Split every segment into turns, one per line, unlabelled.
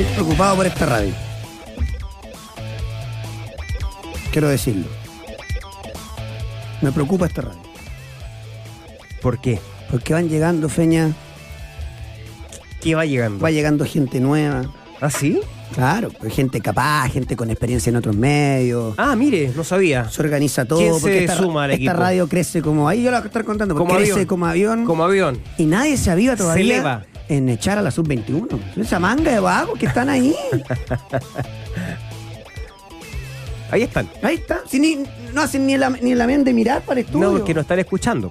Estoy preocupado por esta radio. Quiero decirlo. Me preocupa esta radio.
¿Por qué?
Porque van llegando, Feña.
¿Qué va llegando?
Va llegando gente nueva.
¿Ah, sí?
Claro, pues gente capaz, gente con experiencia en otros medios.
Ah, mire, no sabía.
Se organiza todo.
¿Quién se
porque
suma al
esta
equipo?
radio crece como... Ahí yo la voy a estar contando. Porque
Como
crece
avión.
como avión.
Como avión.
Y nadie se aviva todavía
Se eleva.
en echar a la sub-21. Esa manga de vagos que están ahí.
Ahí están.
Ahí está. Si no hacen ni el amén de mirar para el estudio.
No, porque no están escuchando.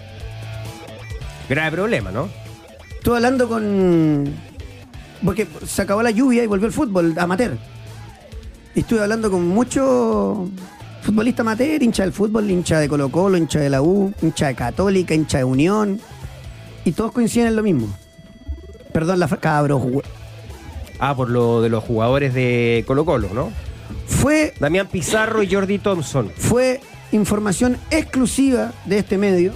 Grave problema, ¿no?
Estuve hablando con... Porque se acabó la lluvia y volvió el fútbol amateur. Y estuve hablando con muchos futbolistas amateur, hincha del fútbol, hincha de Colo-Colo, hincha de la U, hincha de Católica, hincha de Unión. Y todos coinciden en lo mismo. Perdón, cabros.
Ah, por lo de los jugadores de Colo-Colo, ¿no?
Fue
Damián Pizarro y Jordi Thompson.
información exclusiva de este medio.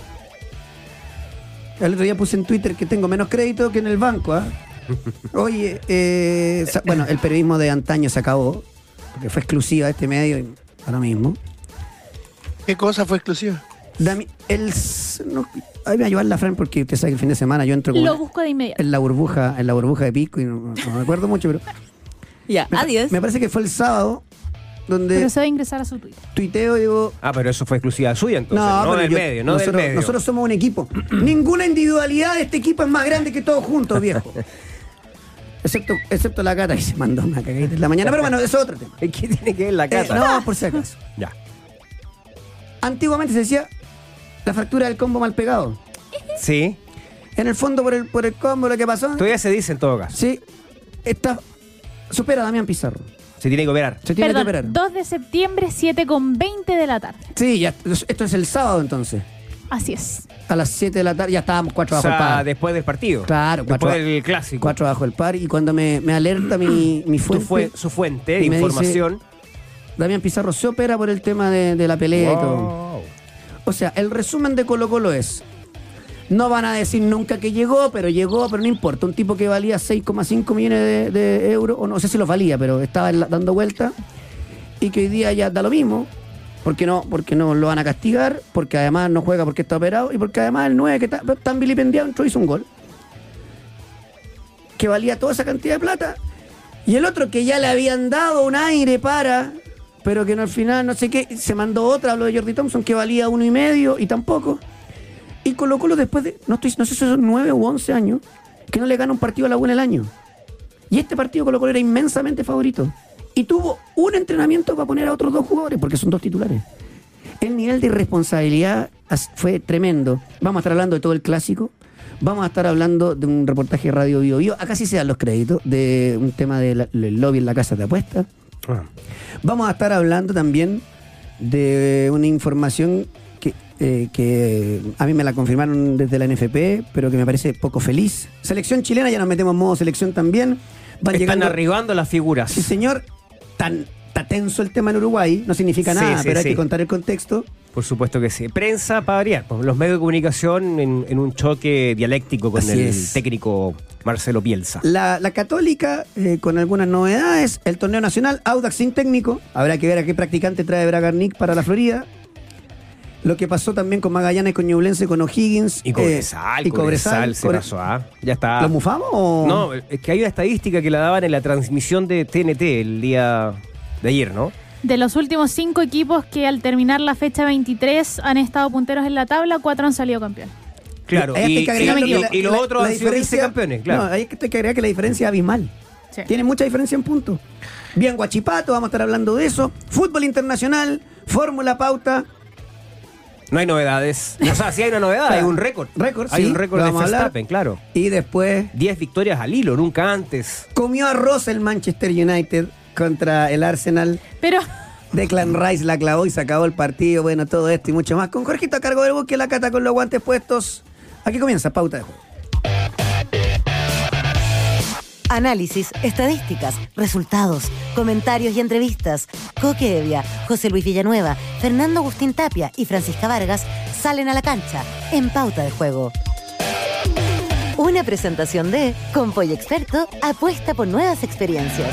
El otro día puse en Twitter que tengo menos crédito que en el banco, ¿ah? Oye, bueno, el periodismo de antaño se acabó, porque fue exclusiva de este medio y ahora mismo.
¿Qué cosa fue exclusiva?
Ahí me va a ayudar la Fran porque usted sabe que el fin de semana yo entro como
Lo busco de inmediato.
en la burbuja de Pico y no me acuerdo mucho, pero
Ya, adiós.
me parece que fue el sábado donde
Pero se va a ingresar a su Twitter.
tuiteo y digo,
Ah, pero eso fue exclusiva suya entonces. No
pero
del medio, no del medio.
nosotros somos un equipo. Ninguna individualidad de este equipo es más grande que todos juntos, viejo. Excepto la Cata, que se mandó una cagadita en la mañana, pero bueno, eso es otro tema.
¿Qué tiene que ver la Cata?
No, por si acaso.
Ya.
Antiguamente se decía la fractura del combo mal pegado.
Sí.
En el fondo, por el combo, lo que pasó.
Todavía se dice en todo caso.
Sí, supera a Damián Pizarro.
Se tiene que operar.
Se tiene que
Perdón,
operar.
2 de septiembre, 7:20 de la tarde.
Sí, ya, esto es el sábado entonces.
Así es.
A las 7 de la tarde ya estábamos 4
O
bajo el
sea,
par.
después del partido.
Claro,
después
4
del clásico.
4 bajo el par. Y cuando me alerta mi fuente,
Su fuente de
y me
información.
Damián Pizarro se opera por el tema de la pelea y todo.
Wow.
O sea, el resumen de Colo-Colo es: no van a decir nunca que llegó, pero no importa. Un tipo que valía 6,5 millones de euros, o no sé si los valía, pero estaba dando vuelta, y que hoy día ya da lo mismo, porque no lo van a castigar, porque además no juega porque está operado, y porque además el 9 que está tan vilipendiado entró y hizo un gol, que valía toda esa cantidad de plata, y el otro que ya le habían dado un aire pero que no, al final no sé qué, se mandó otra, habló de Jordi Thompson, que valía 1,5 y tampoco. Y Colo-Colo después de, no sé si son 9 u 11 años, que no le gana un partido a la U en el año. Y este partido Colo-Colo era inmensamente favorito. Y tuvo un entrenamiento para poner a otros 2 jugadores, porque son 2 titulares. El nivel de irresponsabilidad fue tremendo. Vamos a estar hablando de todo el clásico. Vamos a estar hablando de un reportaje de Radio Bio Bio. Acá sí se dan los créditos, de un tema del lobby en la casa de apuestas. Vamos a estar hablando también de una información que a mí me la confirmaron desde la NFP, pero que me parece poco feliz. Selección chilena, ya nos metemos en modo selección también.
Están arribando las figuras.
Sí, señor. Está tenso el tema en Uruguay, no significa nada, pero hay que contar el contexto.
Por supuesto que sí. Prensa para variar. Los medios de comunicación en un choque dialéctico con técnico Marcelo Bielsa.
La Católica, con algunas novedades. El torneo nacional, Audax sin técnico. Habrá que ver a qué practicante trae Bragarnik para la Florida. Lo que pasó también con Magallanes, con Ñublense, con O'Higgins.
Y Cobresal se pasó. Ya está.
¿Lo mufamos o...?
No, es que hay una estadística que la daban en la transmisión de TNT el día de ayer, ¿no?
De los últimos 5 equipos que al terminar la fecha 23 han estado punteros en la tabla, 4 han salido campeones.
Claro, y los otros han sido vicecampeones, claro.
No, hay que agregar que la diferencia es abismal.
Sí.
Tiene mucha diferencia en puntos. Bien, Guachipato, vamos a estar hablando de eso. Fútbol internacional, fórmula, pauta.
No hay novedades. O sea, sí hay una novedad, hay un récord. Hay un récord de Verstappen, claro.
Y después
10 victorias al hilo, nunca antes.
Comió arroz el Manchester United contra el Arsenal.
Pero
Declan Rice la clavó y se acabó el partido. Bueno, todo esto y mucho más. Con Jorgito a cargo del buque, la Cata con los guantes puestos. Aquí comienza Pauta de Juego.
Análisis, estadísticas, resultados, comentarios y entrevistas. Coque Evia, José Luis Villanueva, Fernando Agustín Tapia y Francisca Vargas salen a la cancha en Pauta de Juego. Una presentación de Compoy Experto apuesta por nuevas experiencias.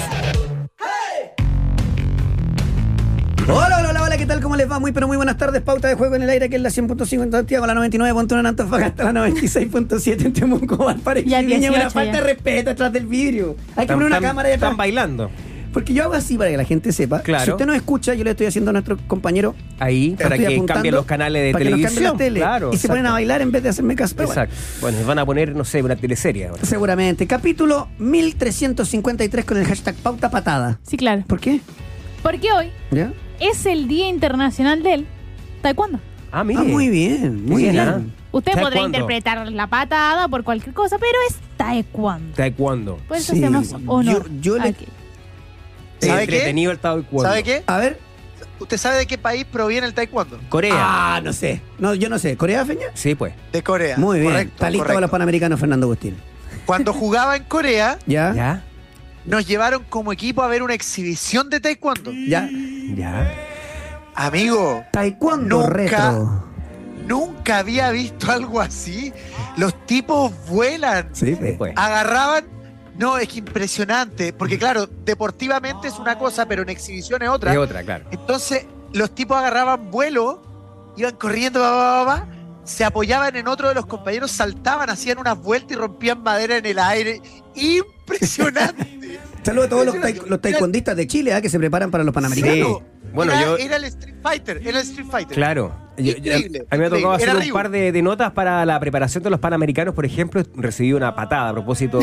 Hola, ¿qué tal? ¿Cómo les va? Muy, pero muy buenas tardes. Pauta de juego en el aire, que es la 100.5 en Santiago, la 99.1 en Antofagasta, la 96.7 en Temuco, Valparaíso.
Ya,
Y Viña. Una
18
falta de
ya.
respeto atrás del vidrio. Hay que poner una cámara y atrás.
Están bailando.
Porque yo hago así para que la gente sepa.
Claro.
Si usted no escucha, yo le estoy haciendo a nuestro compañero.
Ahí, para
estoy
que
apuntando
cambien los canales de
para que nos cambien
televisión.
la tele,
Claro,
y se ponen a bailar en vez de hacerme caso. Pero
Exacto. Bueno, les van a poner, no sé, una teleserie ahora.
bueno, seguramente. Capítulo 1353 con el hashtag Pauta Patada.
Sí, claro.
¿Por qué?
Porque hoy
¿Ya?
es el Día Internacional del Taekwondo.
Ah, mire.
Ah, muy bien, muy
Bien,
bien.
¿ah?
Usted podrá
Taekwondo.
interpretar la patada por cualquier cosa, pero es Taekwondo.
Taekwondo.
Por eso
Sí.
hacemos honor.
Yo le-
aquí.
¿Sabe qué?
Entretenido el taekwondo.
¿Sabe qué?
A ver.
¿Usted sabe de qué país proviene el taekwondo?
Corea.
Ah, no sé. No, yo no sé. ¿Corea, Feña?
Sí, pues.
De Corea.
Muy bien.
Correcto,
Está listo
correcto.
para los Panamericanos, Fernando Agustín.
Cuando jugaba en Corea,
¿Ya?
¿Ya?
nos llevaron como equipo a ver una exhibición de taekwondo.
¿Ya?
¿Ya?
Amigo,
Taekwondo
Nunca.
retro.
nunca había visto algo así. Los tipos vuelan,
Sí,
Sí, pues.
agarraban. No, es que impresionante. Porque claro, deportivamente es una cosa, pero en exhibición es otra.
Es otra, claro.
Entonces, los tipos agarraban vuelo, iban corriendo, se apoyaban en otro de los compañeros, saltaban, hacían unas vueltas y rompían madera en el aire. Impresionante.
Saludos a todos los taekwondistas de Chile, que se preparan para los Panamericanos.
Sí. Bueno,
Era el Street Fighter,
Claro.
Increíble,
A mí me ha tocado
increíble.
hacer
Era
un
Ryu.
par de notas para la preparación de los Panamericanos. Por ejemplo, recibí una patada a propósito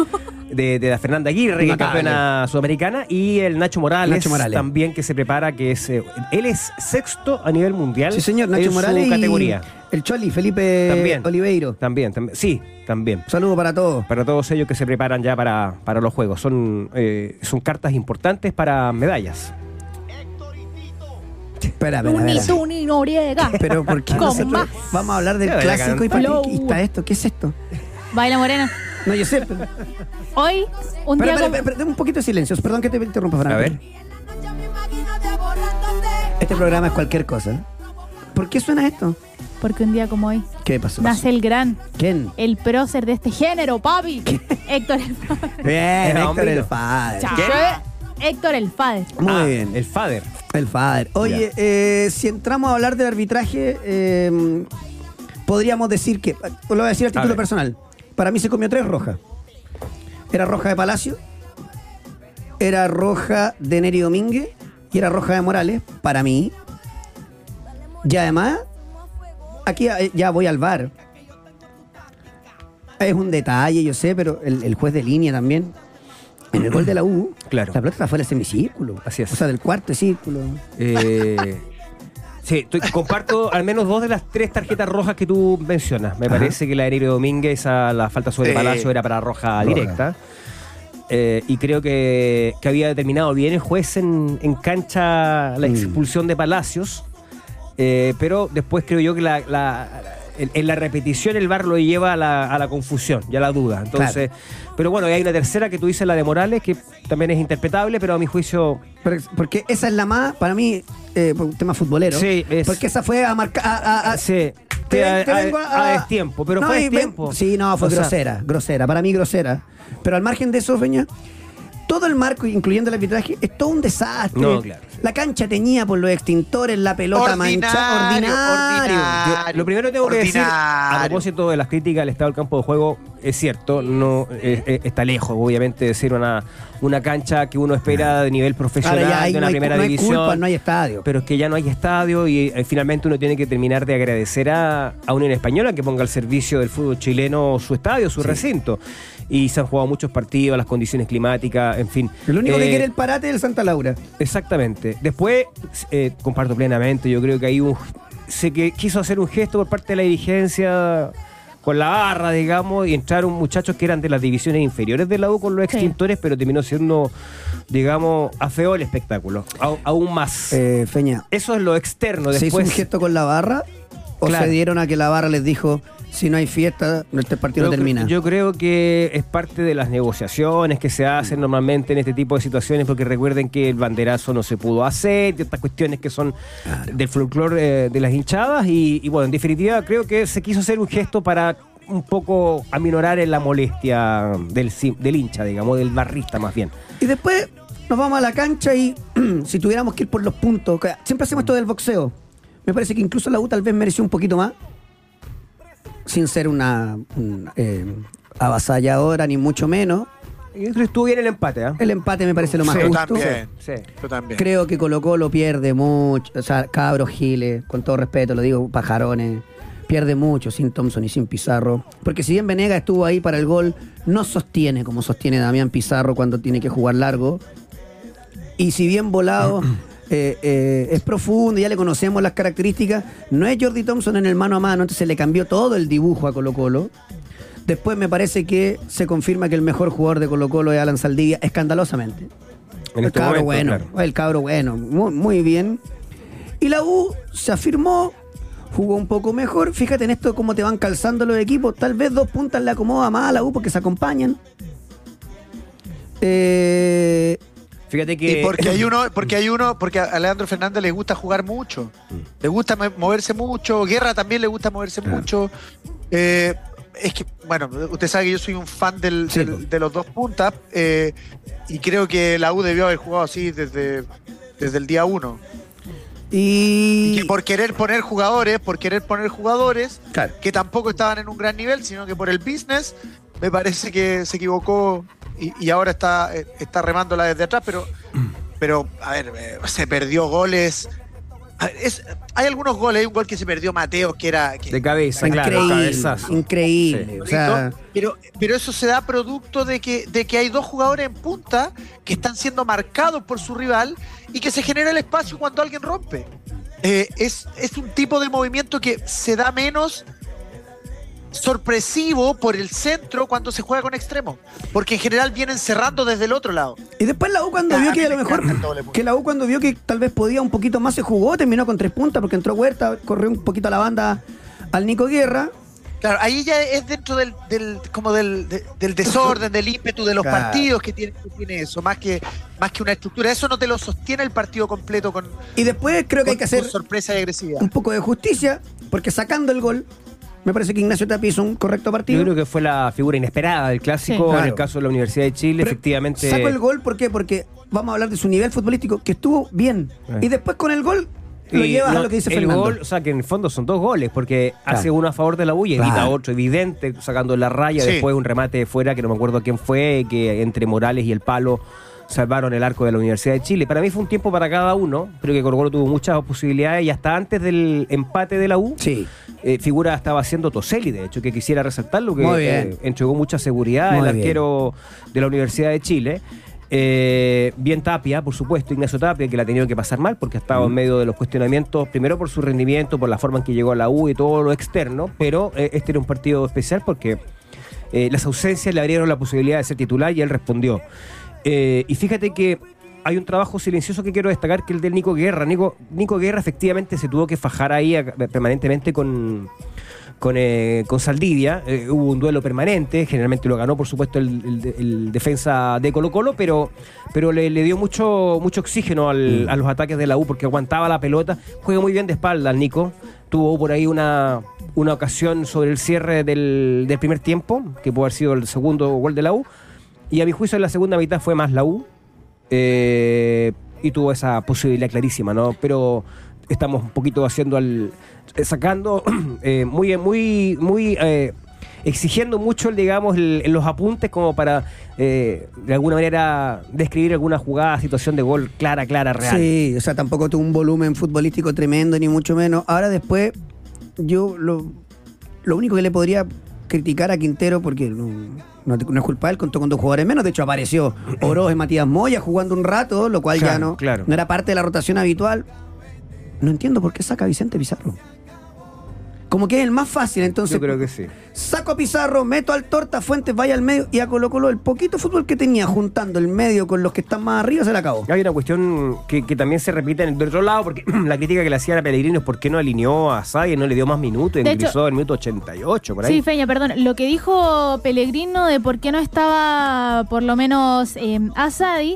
de la Fernanda Aguirre, que es
Notable.
campeona sudamericana, y el Nacho Morales,
Nacho Morales.
también, que se prepara, que es él es sexto a nivel mundial.
Sí, señor, Nacho
en
Morales
su categoría.
y el Choli, Felipe
También.
Oliveiro.
También. Sí, también.
Un saludo para todos.
Para todos ellos que se preparan ya para los Juegos. Son cartas importantes para medallas.
Espera.
Ni Noriega.
Pero ¿por qué
Con
nosotros
más
vamos a hablar del
Ya,
clásico y,
Flow.
y está esto? ¿Qué es esto?
Baila Morena.
No, yo sé. Pero,
Hoy, un día como...
espera, un poquito de silencio. Perdón que te interrumpa, Fernando.
A ver.
Este programa es cualquier cosa. ¿Por qué suena esto?
Porque un día como hoy
¿Qué pasó?
nace el gran,
¿Quién?
el prócer de este género, papi. Héctor el Fader.
Bien, Héctor
hombre.
el Fader.
Chao. Héctor el Fader.
Muy bien.
El Fader.
El Fader. Oye, si entramos a hablar del arbitraje, podríamos decir que, lo voy a decir a título
ver.
personal, para mí se comió 3 rojas. Era roja de Palacio, era roja de Neri Domínguez y era roja de Morales, para mí. Y además, aquí ya voy al VAR. Es un detalle, yo sé, pero el juez de línea también. En el gol de la U,
Claro.
la pelota fue al semicírculo.
Así es.
O sea, del cuarto círculo.
Sí, comparto al menos 2 de las 3 tarjetas rojas que tú mencionas. Me parece que la de Neri Domínguez, la falta sobre Palacio, era para roja directa. Y creo que había determinado bien el juez en cancha la expulsión de Palacios. Pero después creo yo que en la repetición el VAR lo lleva a la confusión y a la duda. Entonces, pero bueno, y hay una tercera que tú dices, la de Morales, que también es interpretable, pero a mi juicio...
Porque esa es la más, para mí, por un tema futbolero.
Sí, es-
Porque esa fue a marcar.
Sí,
Te vengo
a destiempo, pero
No,
fue a
y
destiempo.
Sí, no, fue
O sea,
grosera. Para mí, grosera. Pero al margen de eso, Feña, todo el marco, incluyendo el arbitraje, es todo un desastre.
No, claro.
La cancha teñida por los extintores, la pelota manchada. Ordinario.
Lo primero que tengo que decir, a
Ordinario.
propósito de las críticas al estado del campo de juego, es cierto, no está lejos, obviamente, de ser una cancha que uno espera de nivel profesional,
Ahora ya ahí
de una primera
no hay
división.
culpa, no hay estadio.
Pero es que ya no hay estadio y finalmente uno tiene que terminar de agradecer a Unión Española que ponga al servicio del fútbol chileno su estadio, su recinto. Y se han jugado muchos partidos, las condiciones climáticas, en fin.
El único que quiere el parate es el Santa Laura.
Exactamente. Después, comparto plenamente, yo creo que ahí quiso hacer un gesto por parte de la dirigencia con la barra, digamos, y entraron muchachos que eran de las divisiones inferiores de la U con los extintores, pero terminó siendo, digamos, afeó el espectáculo, aún más.
Feña,
Eso es lo externo.
¿se hizo
Después,
un gesto con la barra? ¿O
Claro.
se dieron a que la barra les dijo, si no hay fiesta, este partido no termina?
Yo creo que es parte de las negociaciones que se hacen normalmente en este tipo de situaciones, porque recuerden que el banderazo no se pudo hacer, y estas cuestiones que son del folclore de las hinchadas, y bueno, en definitiva creo que se quiso hacer un gesto para un poco aminorar en la molestia del hincha, digamos, del barrista más bien.
Y después nos vamos a la cancha y si tuviéramos que ir por los puntos, siempre hacemos esto del boxeo. Me parece que incluso la U tal vez mereció un poquito más, sin ser una avasalladora ni mucho menos.
Estuvo bien el empate, ¿eh?
El empate me parece lo más
Yo
justo.
también.
Sí.
Yo también.
Creo que Colo-Colo pierde mucho, o sea, cabros giles, con todo respeto, lo digo, pajarones, pierde mucho sin Thompson y sin Pizarro, porque si bien Venegas estuvo ahí para el gol, no sostiene como sostiene Damián Pizarro cuando tiene que jugar largo, y si bien Volado es profundo, ya le conocemos las características, no es Jordi Thompson en el mano a mano, entonces le cambió todo el dibujo a Colo-Colo. Después me parece que se confirma que el mejor jugador de Colo-Colo es Alan Saldivia, escandalosamente.
En este momento,
bueno,
claro.
el cabro bueno, muy bien. Y la U se afirmó, jugó un poco mejor. Fíjate en esto cómo te van calzando los equipos. Tal vez 2 puntas le acomoda más a la U porque se acompañan.
Fíjate que...
Y porque a Leandro Fernández le gusta jugar mucho. Le gusta moverse mucho. Guerra también le gusta moverse mucho. Es que, bueno, usted sabe que yo soy un fan de los 2 puntas y creo que la U debió haber jugado así desde el día 1. Y que por querer poner jugadores,
Claro.
que tampoco estaban en un gran nivel, sino que por el business, me parece que se equivocó y ahora está remándola desde atrás, pero a ver, se perdió goles. Hay algunos goles, hay un gol que se perdió Mateos que era...
de cabeza, claro, cabezazo.
Increíble.
Sí.
O sea,
pero eso se da producto de que hay 2 jugadores en punta que están siendo marcados por su rival y que se genera el espacio cuando alguien rompe. Es un tipo de movimiento que se da menos sorpresivo por el centro cuando se juega con extremos, porque en general vienen cerrando desde el otro lado.
y después la U cuando vio que a lo mejor tal vez podía un poquito más, se jugó, terminó con 3 puntas porque entró Huerta, corrió un poquito a la banda al Nico Guerra.
Claro, ahí ya es dentro del desorden, del ímpetu de los
Claro.
partidos que tiene eso, más que una estructura. Eso no te lo sostiene el partido completo con,
Y después creo que hay que hacer
con sorpresa y agresividad.
un poco de justicia, porque sacando el gol, me parece que Ignacio Tapia hizo un correcto partido.
Yo creo que fue la figura inesperada del clásico,
Sí.
Claro.
en el caso de la Universidad de Chile,
Pero
efectivamente.
Sacó el gol, ¿por qué? Porque vamos a hablar de su nivel futbolístico, que estuvo bien. Y después con el gol lo
Y
llevas
no,
a lo que dice
el
Fernando.
gol, o sea, que en el fondo son 2 goles, porque
Claro.
hace uno a favor de la U y evita
Claro.
otro evidente, sacando la raya,
Sí.
después un remate de fuera, que no me acuerdo quién fue, que entre Morales y el palo salvaron el arco de la Universidad de Chile. Para mí fue un tiempo para cada uno, creo que Colo-Colo tuvo muchas posibilidades y hasta antes del empate de la U,
Sí.
figura estaba haciendo Toselli, de hecho, que quisiera resaltarlo, que
Muy bien.
entregó mucha seguridad,
Muy
el
bien.
arquero de la Universidad de Chile. Bien Tapia, por supuesto, Ignacio Tapia, que la ha tenido que pasar mal porque ha estado en medio de los cuestionamientos, primero por su rendimiento, por la forma en que llegó a la U y todo lo externo, pero este era un partido especial porque las ausencias le abrieron la posibilidad de ser titular y él respondió. Y fíjate que hay un trabajo silencioso que quiero destacar, que es el del Nico Guerra. Nico Guerra efectivamente se tuvo que fajar ahí permanentemente con Saldivia. Hubo un duelo permanente, generalmente lo ganó por supuesto el defensa de Colo-Colo, pero le dio mucho oxígeno a los ataques de la U porque aguantaba la pelota, juega muy bien de espalda el Nico. Tuvo por ahí una ocasión sobre el cierre del primer tiempo, que pudo haber sido el segundo gol de la U, y a mi juicio en la segunda mitad fue más la U, y tuvo esa posibilidad clarísima, ¿no? Pero estamos un poquito sacando muy exigiendo mucho, digamos, los apuntes como para de alguna manera describir alguna jugada, situación de gol clara, real.
Sí, o sea, tampoco tuvo un volumen futbolístico tremendo, ni mucho menos. Ahora después, yo lo único que le podría criticar a Quintero, porque no es culpa de él, contó con 2 jugadores menos. De hecho, apareció Oroz y Matías Moya jugando un rato, lo cual ya no era parte de la rotación habitual. No entiendo por qué saca a Vicente Pizarro. Como que es el más fácil, entonces.
Yo creo que sí.
Saco a Pizarro, meto al Torta, Fuentes, vaya al medio y a Colo-Colo el poquito fútbol que tenía juntando el medio con los que están más arriba se le acabó.
Hay una cuestión que también se repite en el otro lado, porque la crítica que le hacían a Pellegrino es por qué no alineó a Sadia, no le dio más minutos, ingresó el minuto 88, por ahí.
Sí, Feña, perdón. Lo que dijo Pellegrino de por qué no estaba por lo menos Asadi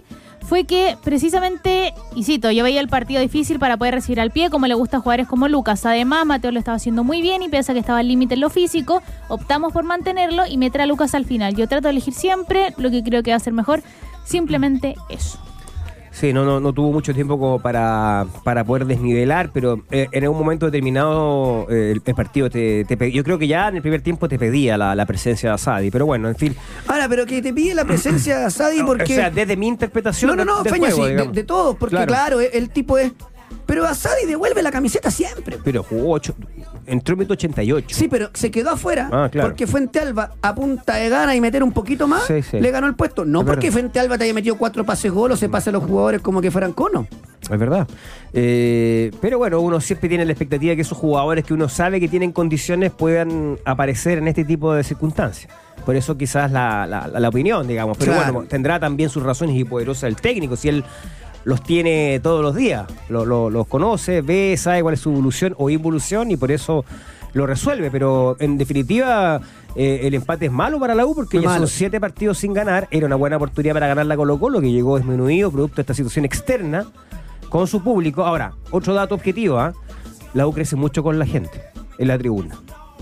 fue que precisamente, y cito, yo veía el partido difícil para poder recibir al pie, como le gusta a jugadores como Lucas. Además, Mateo lo estaba haciendo muy bien y pese a que estaba al límite en lo físico, optamos por mantenerlo y meter a Lucas al final. Yo trato de elegir siempre lo que creo que va a ser mejor, simplemente eso.
Sí, no tuvo mucho tiempo como para poder desnivelar, pero en un momento determinado el partido yo creo que ya en el primer tiempo te pedía la presencia de Asadi, pero bueno, en fin.
Ahora, pero que te pide la presencia de Asadi porque...
O sea, desde mi interpretación
del Feña,
juego,
sí, de todos, porque claro, el tipo es... Pero Asadi devuelve la camiseta siempre.
Pero jugó entró en 88.
Sí, pero se quedó afuera
claro.
Porque Fuente Alba, a punta de gana y meter un poquito más, le ganó el puesto. No porque Fuente Alba te haya metido 4 pases gol o se pase a los jugadores como que fueran conos.
Es verdad. Pero bueno, uno siempre tiene la expectativa de que esos jugadores que uno sabe que tienen condiciones puedan aparecer en este tipo de circunstancias. Por eso quizás la opinión, digamos. Pero bueno, tendrá también sus razones y poderosa el técnico. Si él los tiene todos los días, los conoce, ve, sabe cuál es su evolución o involución y por eso lo resuelve, pero en definitiva el empate es malo para la U porque ya son 7 partidos sin ganar, era una buena oportunidad para ganar la Colo-Colo que llegó disminuido producto de esta situación externa con su público. Ahora, otro dato objetivo, la U crece mucho con la gente en la tribuna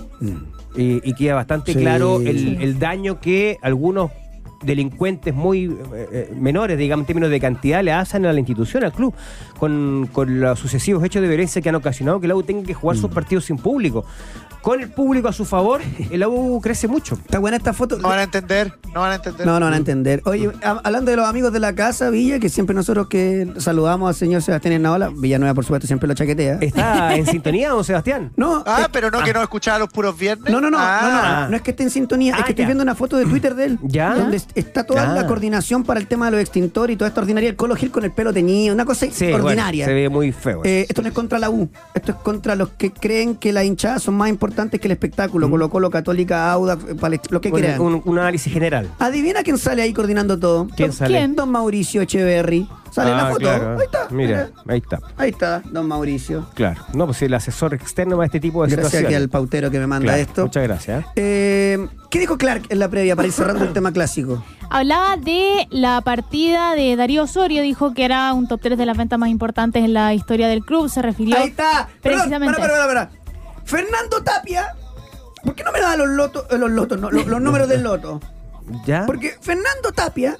y queda bastante claro el daño que algunos delincuentes muy menores, digamos, en términos de cantidad, le hacen a la institución, al club, con los sucesivos hechos de violencia que han ocasionado que la U tenga que jugar sus partidos sin público. Con el público a su favor, el U crece mucho.
Está buena esta foto.
No van a entender.
No van a entender. Oye, hablando de los amigos de la casa, Villa, que siempre nosotros que saludamos al señor Sebastián Hernaola, Villanueva, por supuesto, siempre lo chaquetea.
¿Está en sintonía, don Sebastián?
No.
Pero no, que no escuchaba los puros viernes.
No es que esté en sintonía, es que estoy viendo una foto de Twitter de él.
¿Ya?
Donde está toda la coordinación para el tema de los extintores y toda esta ordinaria. El Colo Gil con el pelo teñido, una cosa ordinaria.
Bueno, se ve muy feo.
Esto no es contra la U, esto es contra los que creen que las hinchadas son más importantes que el espectáculo. Colo-Colo, Católica, Audax, lo que crean.
Un análisis general.
Adivina quién sale ahí coordinando todo.
¿Quién sale?
Don Mauricio Echeverry. Sale en la foto.
Claro.
Ahí está.
Mira, ahí está.
Ahí está, don Mauricio.
Claro. No, pues el asesor externo para este tipo de
gracias
situaciones.
Gracias aquí al pautero que me manda esto.
Muchas gracias.
¿Qué dijo Clark en la previa para ir cerrando el tema clásico?
Hablaba de la partida de Darío Osorio, dijo que era un top 3 de las ventas más importantes en la historia del club, se refirió...
Ahí está.
Precisamente.
Para. Fernando Tapia, ¿por qué no me da los números del loto?
¿Ya?
Porque Fernando Tapia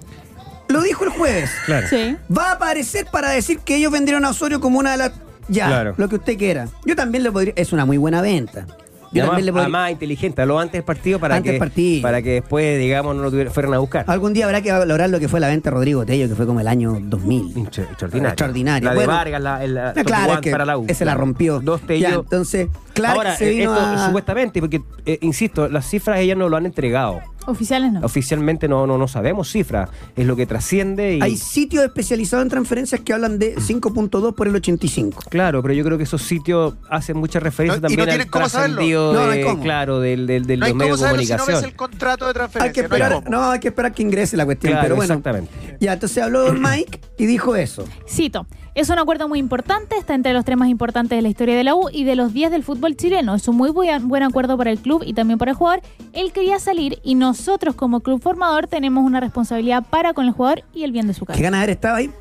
lo dijo el jueves.
Claro.
Sí.
Va a aparecer para decir que ellos vendieron a Osorio como una de las... lo que usted quiera. Yo también le podría... Es una muy buena venta.
Además inteligente, habló antes del partido para que después, digamos, no lo fueran a buscar.
Algún día habrá que valorar lo que fue la venta de Rodrigo Tello, que fue como el año 2000. Extraordinaria.
La de Vargas,
claro, que
para la U.
Ese la rompió.
2 Tello.
Entonces, claro.
Ahora, esto supuestamente, porque, insisto, las cifras ellas no lo han entregado.
Oficiales no.
Oficialmente no sabemos cifras. Es lo que trasciende.
Hay sitios especializados en transferencias que hablan de 5.2 por el 85.
Claro, pero yo creo que esos sitios hacen mucha referencia también al trascendido de los medios de comunicación.
Si no ves el contrato de transferencia.
Hay que esperar que ingrese la cuestión. Pero bueno, exactamente. Ya, entonces habló Don Mike y dijo eso.
Cito. Es un acuerdo muy importante, está entre los 3 más importantes de la historia de la U y de los 10 del fútbol chileno. Es un muy buen acuerdo para el club y también para el jugador. Él quería salir y nosotros como club formador tenemos una responsabilidad para con el jugador y el bien de su casa.
¿Qué ganas estaba ahí?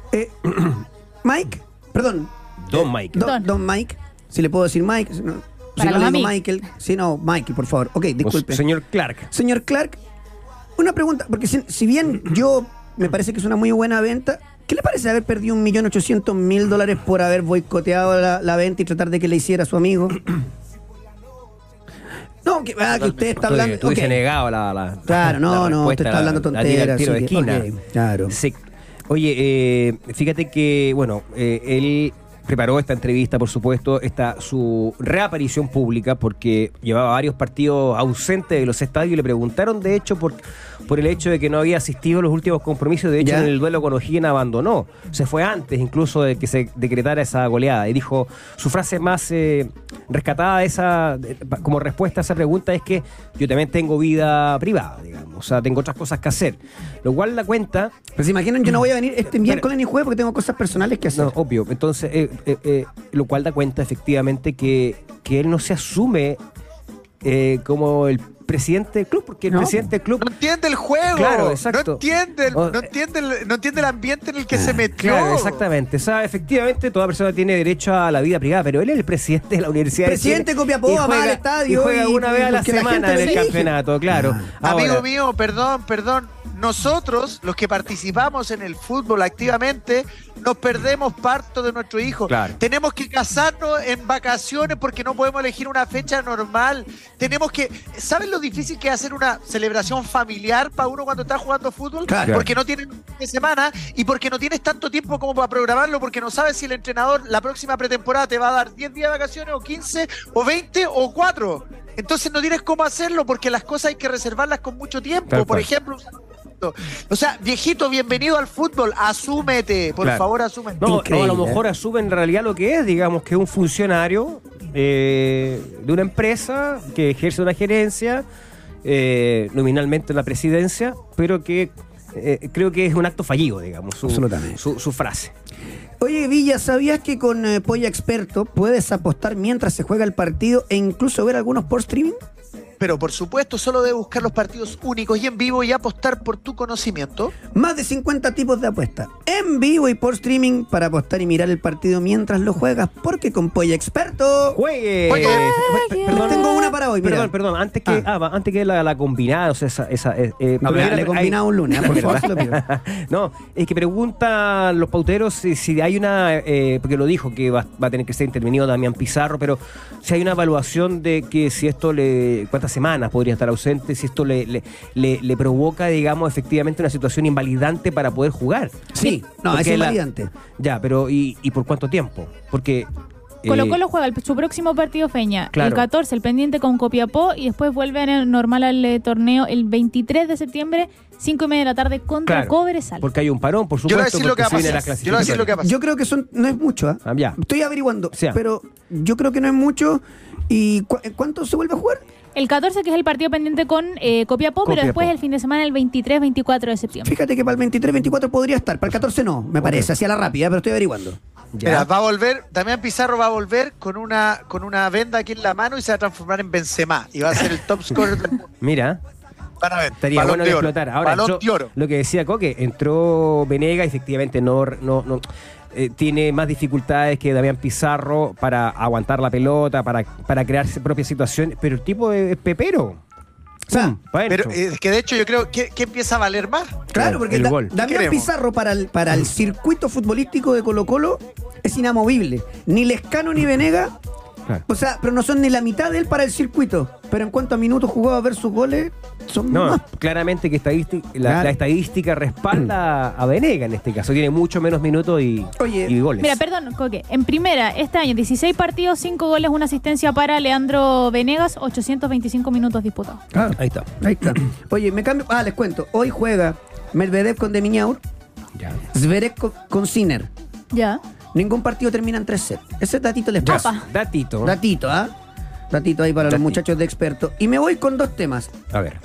Mike, perdón.
Don Mike.
Don Mike, si le puedo decir Mike. No, si no le digo Michael. Si no, Michael, por favor. Ok, disculpe.
Señor Clark.
Señor Clark, una pregunta, porque si bien yo me parece que es una muy buena venta, ¿qué le parece haber perdido $1.800.000 por haber boicoteado la venta y tratar de que le hiciera a su amigo? No, que usted está hablando...
Tú hubiese negado la
claro, no, usted está hablando tonteras.
Tiro de esquina.
Claro.
Sí. Oye, fíjate que, bueno, él preparó esta entrevista, por supuesto, su reaparición pública, porque llevaba varios partidos ausentes de los estadios y le preguntaron, de hecho, por el hecho de que no había asistido a los últimos compromisos. De hecho, en el duelo con O'Higgins abandonó. Se fue antes incluso de que se decretara esa goleada. Y dijo, su frase más rescatada como respuesta a esa pregunta es que yo también tengo vida privada, digamos. O sea, tengo otras cosas que hacer. Lo cual da cuenta...
Pero se imaginan, yo no voy a venir este miércoles ni jueves porque tengo cosas personales que hacer.
No, obvio. Entonces, lo cual da cuenta efectivamente que él no se asume como presidente del club, porque el
No.
presidente del club...
No entiende el juego.
Claro, exacto.
No entiende el ambiente en el que se metió.
Claro, exactamente. O sea, efectivamente, toda persona tiene derecho a la vida privada, pero él es el presidente de la universidad.
Presidente
de Chile
Copiapó,
y
va
juega-
al estadio
y juega
y-
una vez a la
porque la
semana
gente
en
lo
el
elige.
campeonato, claro.
Amigo
Ahora,
mío, perdón. Nosotros, los que participamos en el fútbol activamente, nos perdemos parto de nuestro hijo.
Claro.
Tenemos que casarnos en vacaciones porque no podemos elegir una fecha normal. Tenemos que... ¿Saben lo difícil que es hacer una celebración familiar para uno cuando está jugando fútbol?
Claro.
Porque no tienes un fin de semana y porque no tienes tanto tiempo como para programarlo, porque no sabes si el entrenador la próxima pretemporada te va a dar 10 días de vacaciones o 15 o 20 o 4. Entonces no tienes cómo hacerlo porque las cosas hay que reservarlas con mucho tiempo.
Tal
Por
cual.
ejemplo, o sea, viejito, bienvenido al fútbol, asúmete, por
Claro.
favor, asúmete.
no,
Increíble,
a lo mejor asume en realidad lo que es, digamos, que es un funcionario de una empresa que ejerce una gerencia, nominalmente la presidencia, pero que creo que es un acto fallido, digamos,
Absolutamente.
su frase.
Oye, Villa, ¿sabías que con Polla Experto puedes apostar mientras se juega el partido e incluso ver algunos por streaming?
Pero por supuesto, solo debes buscar los partidos únicos y en vivo y apostar por tu conocimiento.
Más de 50 tipos de apuestas, en vivo y por streaming, para apostar y mirar el partido mientras lo juegas, porque con Polla Experto...
¡Juegue!
Oye,
Perdón, tengo una para hoy, mira.
Perdón, antes que la combinada, o sea,
No, pero le he combinado un lunes, por favor, se lo pido.
No, es que preguntan los pauteros si hay una, porque lo dijo que va a tener que ser intervenido Damián Pizarro, pero si hay una evaluación de que si esto cuántas semanas podría estar ausente, si esto le provoca, digamos, efectivamente una situación invalidante para poder jugar.
Sí, no, es
Porque
invalidante.
Ya, pero ¿y por cuánto tiempo? Porque...
Colo Colo juega su próximo partido Feña,
Claro.
el 14, el pendiente con Copiapó, y después vuelve a normal al torneo el 23 de septiembre, 5:30 de la tarde contra
Claro,
Cobresal.
porque hay un parón, por
Yo le voy a
supuesto.
decir lo que va a
porque se viene
pasar.
la
Yo le voy a decir lo que va a pasar.
Yo creo que no es mucho, ¿ah?
Ah, ya.
Estoy averiguando,
O sea.
pero yo creo que no es mucho. ¿Y cuánto se vuelve a jugar?
El 14, que es el partido pendiente con Copiapó, pero
Copiapó.
después el fin de semana, el 23-24 de septiembre.
Fíjate que para el 23, 24 podría estar, para el 14 no, me parece, hacia la rápida, pero estoy averiguando.
Ya.
Mira, va a volver, Damián Pizarro va a volver con una venda aquí en la mano y se va a transformar en Benzema y va a ser el top scorer del mundo.
Mira,
Van a ver.
estaría
Balón
bueno
de
de
oro.
explotar. Ahora,
Balón de oro.
lo que decía Coque, entró Venega y efectivamente no tiene más dificultades que Damián Pizarro para aguantar la pelota, para crearse propias situaciones, pero el tipo es pepero.
O sea,
Pa'
Pero
dentro.
es que de hecho yo creo que empieza a valer más.
Claro, porque
el gol.
Damián
queremos?
Pizarro para el circuito futbolístico de Colo Colo es inamovible. Ni Lescano ni Venega,
Claro.
o sea, pero no son ni la mitad de él para el circuito. Pero en cuanto a minutos jugados versus goles, son
No,
más.
claramente que
Claro.
la estadística respalda a Venega en este caso. Tiene mucho menos minutos
Oye,
y goles.
Mira, perdón, Coque. En primera, este año, 16 partidos, 5 goles, una asistencia para Leandro Venegas, 825 minutos disputados.
Ahí está.
Ahí está. Oye, me cambio. Les cuento. Hoy juega Medvedev con Demiñaur,
Ya.
Zverev con Sinner.
Ya.
Ningún partido termina en 3 sets. Ese datito les
Ya.
paso.
Apa.
Datito.
Datito, ¿ah? Datito ahí para los
Datito.
muchachos de expertos. Y me voy con 2 temas.
A ver.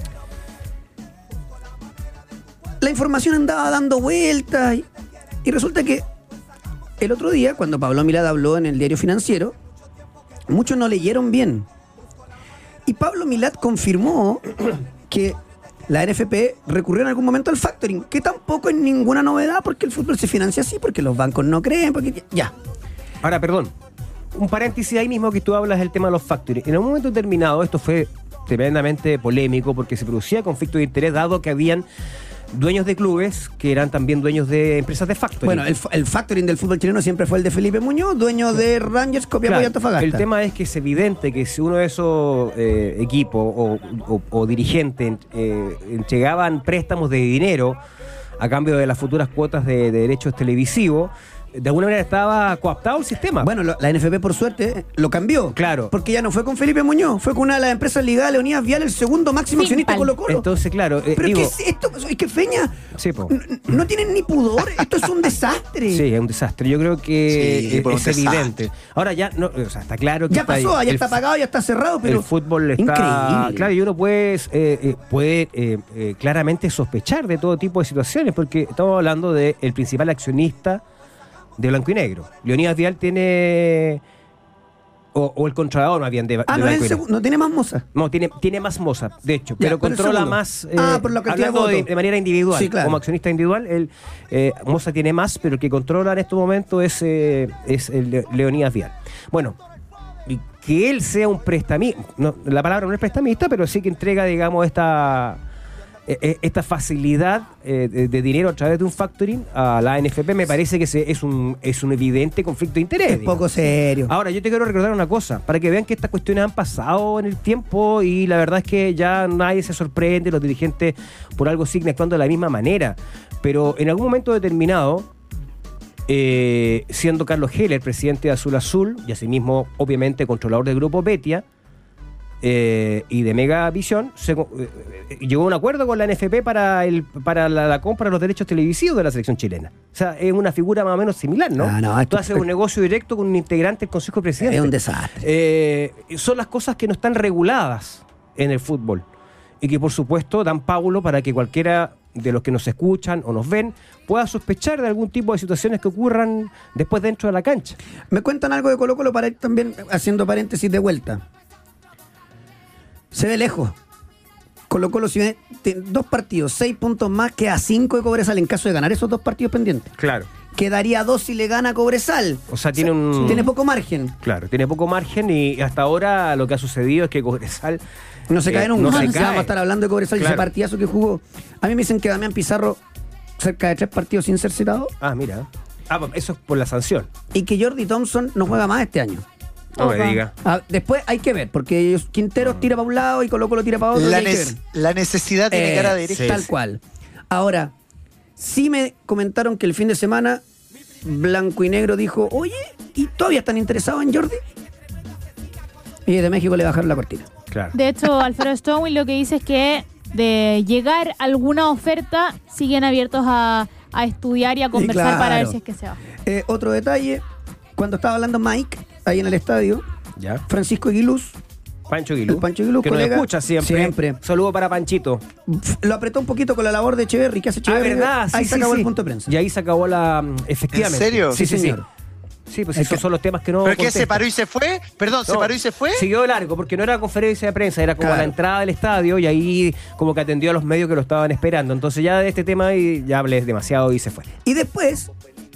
La información andaba dando vueltas y resulta que el otro día, cuando Pablo Milad habló en el diario Financiero, muchos no leyeron bien. Y Pablo Milad confirmó que la NFP recurrió en algún momento al factoring, que tampoco es ninguna novedad porque el fútbol se financia así, porque los bancos no creen, porque ya.
Ahora, perdón. Un paréntesis ahí mismo que tú hablas del tema de los factories. En un momento determinado esto fue tremendamente polémico porque se producía conflicto de interés dado que habían dueños de clubes que eran también dueños de empresas de factoring.
Bueno, el factoring del fútbol chileno siempre fue el de Felipe Muñoz, dueño de Rangers, Copiapó
Claro,
y Antofagasta.
el tema es que es evidente que si uno de esos equipos o dirigentes entregaban préstamos de dinero a cambio de las futuras cuotas de derechos televisivos, de alguna manera estaba coaptado el sistema.
Bueno, la NFP por suerte lo cambió.
Claro.
Porque ya no fue con Felipe Muñoz, fue con una de las empresas legales Unidas Vial, el segundo máximo
Sí,
accionista de
vale.
Colo Colo.
Entonces, claro,
¿Pero
digo,
qué es esto? Es que Feña,
Sí, po.
no tienen ni pudor, esto es un desastre.
sí, es un desastre. Yo creo que
Sí, pues,
es
un desastre.
evidente. Ahora ya, no, o sea, está claro que
Ya
está ahí.
pasó, ya
El
está pagado, ya está cerrado, pero
el fútbol está
increíble.
claro, y uno puede claramente sospechar de todo tipo de situaciones porque estamos hablando del principal accionista de Blanco y Negro. Leonidas Vial tiene O el controlador más bien de
no,
Blanco y Negro.
no tiene más moza.
No, tiene más moza, de hecho,
Ya,
pero
pero el
controla
segundo.
más,
por la cantidad de
hablando
votos.
de manera individual,
Sí, claro.
como accionista individual, Moza tiene más, pero el que controla en estos momentos es el Leonidas Vial. Bueno, y que él sea un prestamista, no, la palabra no es prestamista, pero sí que entrega, digamos, esta facilidad de dinero a través de un factoring a la NFP, me parece que es un evidente conflicto de interés.
Es
digamos.
poco serio.
Ahora, yo te quiero recordar una cosa, para que vean que estas cuestiones han pasado en el tiempo y la verdad es que ya nadie se sorprende, los dirigentes por algo siguen actuando de la misma manera, pero en algún momento determinado, siendo Carlos Heller presidente de Azul Azul y asimismo obviamente controlador del grupo Betia y de Megavisión, llegó a un acuerdo con la NFP para la compra de los derechos televisivos de la selección chilena. O sea, es una figura más o menos similar, ¿no? Tú haces un negocio directo con un integrante del Consejo de Presidentes.
Es un desastre.
Son las cosas que no están reguladas en el fútbol y que por supuesto dan pábulo para que cualquiera de los que nos escuchan o nos ven pueda sospechar de algún tipo de situaciones que ocurran después dentro de la cancha.
Me cuentan algo de Colo-Colo para ir también haciendo paréntesis de vuelta. Se ve lejos. Colo-Colo si ve 2 partidos, 6 puntos más, queda 5 de Cobresal en caso de ganar esos 2 partidos pendientes.
Claro.
Quedaría 2 si le gana a Cobresal.
O sea, tiene
poco margen.
Claro, tiene poco margen y hasta ahora lo que ha sucedido es que Cobresal
no se cae nunca.
No se
Vamos
cae.
a estar hablando de Cobresal y ese partidazo que jugó. A mí me dicen que Damián Pizarro cerca de 3 partidos sin ser citado.
Ah, mira. Eso es por la sanción.
Y que Jordi Thompson no juega más este año.
No me diga.
Después hay que ver, porque Quinteros tira para un lado y Colo-Colo tira para otro.
La necesidad tiene cara derecha.
Sí, tal cual. Ahora, sí me comentaron que el fin de semana Blanco y Negro dijo, oye, ¿y todavía están interesados en Jordi? Y desde México le bajaron la cortina.
Claro.
De hecho, Alfredo Stonewall lo que dice es que de llegar alguna oferta siguen abiertos a estudiar y a conversar
claro.
para ver si es que se va.
Otro detalle, cuando estaba hablando Mike ahí en el estadio,
¿Ya?
Francisco Aguiluz,
Pancho Aguiluz.
El Pancho Aguiluz,
que
colega,
nos escucha siempre. Saludo para Panchito.
lo apretó un poquito con la labor de Echeverri, que hace Echeverri.
¿Verdad?
Ahí
Sí,
se acabó
sí.
el punto de prensa.
Y ahí se acabó efectivamente.
¿En serio?
Sí, señor.
Sí, pues
Es
esos
que-
son los temas que no
¿Pero qué?
contestan.
¿Se paró y se fue? Perdón, ¿se
No,
paró y se fue?
Siguió de largo, porque no era conferencia de prensa, era como
Claro.
la entrada del estadio y ahí como que atendió a los medios que lo estaban esperando. Entonces ya de este tema y ya hablé demasiado y se fue.
Y después,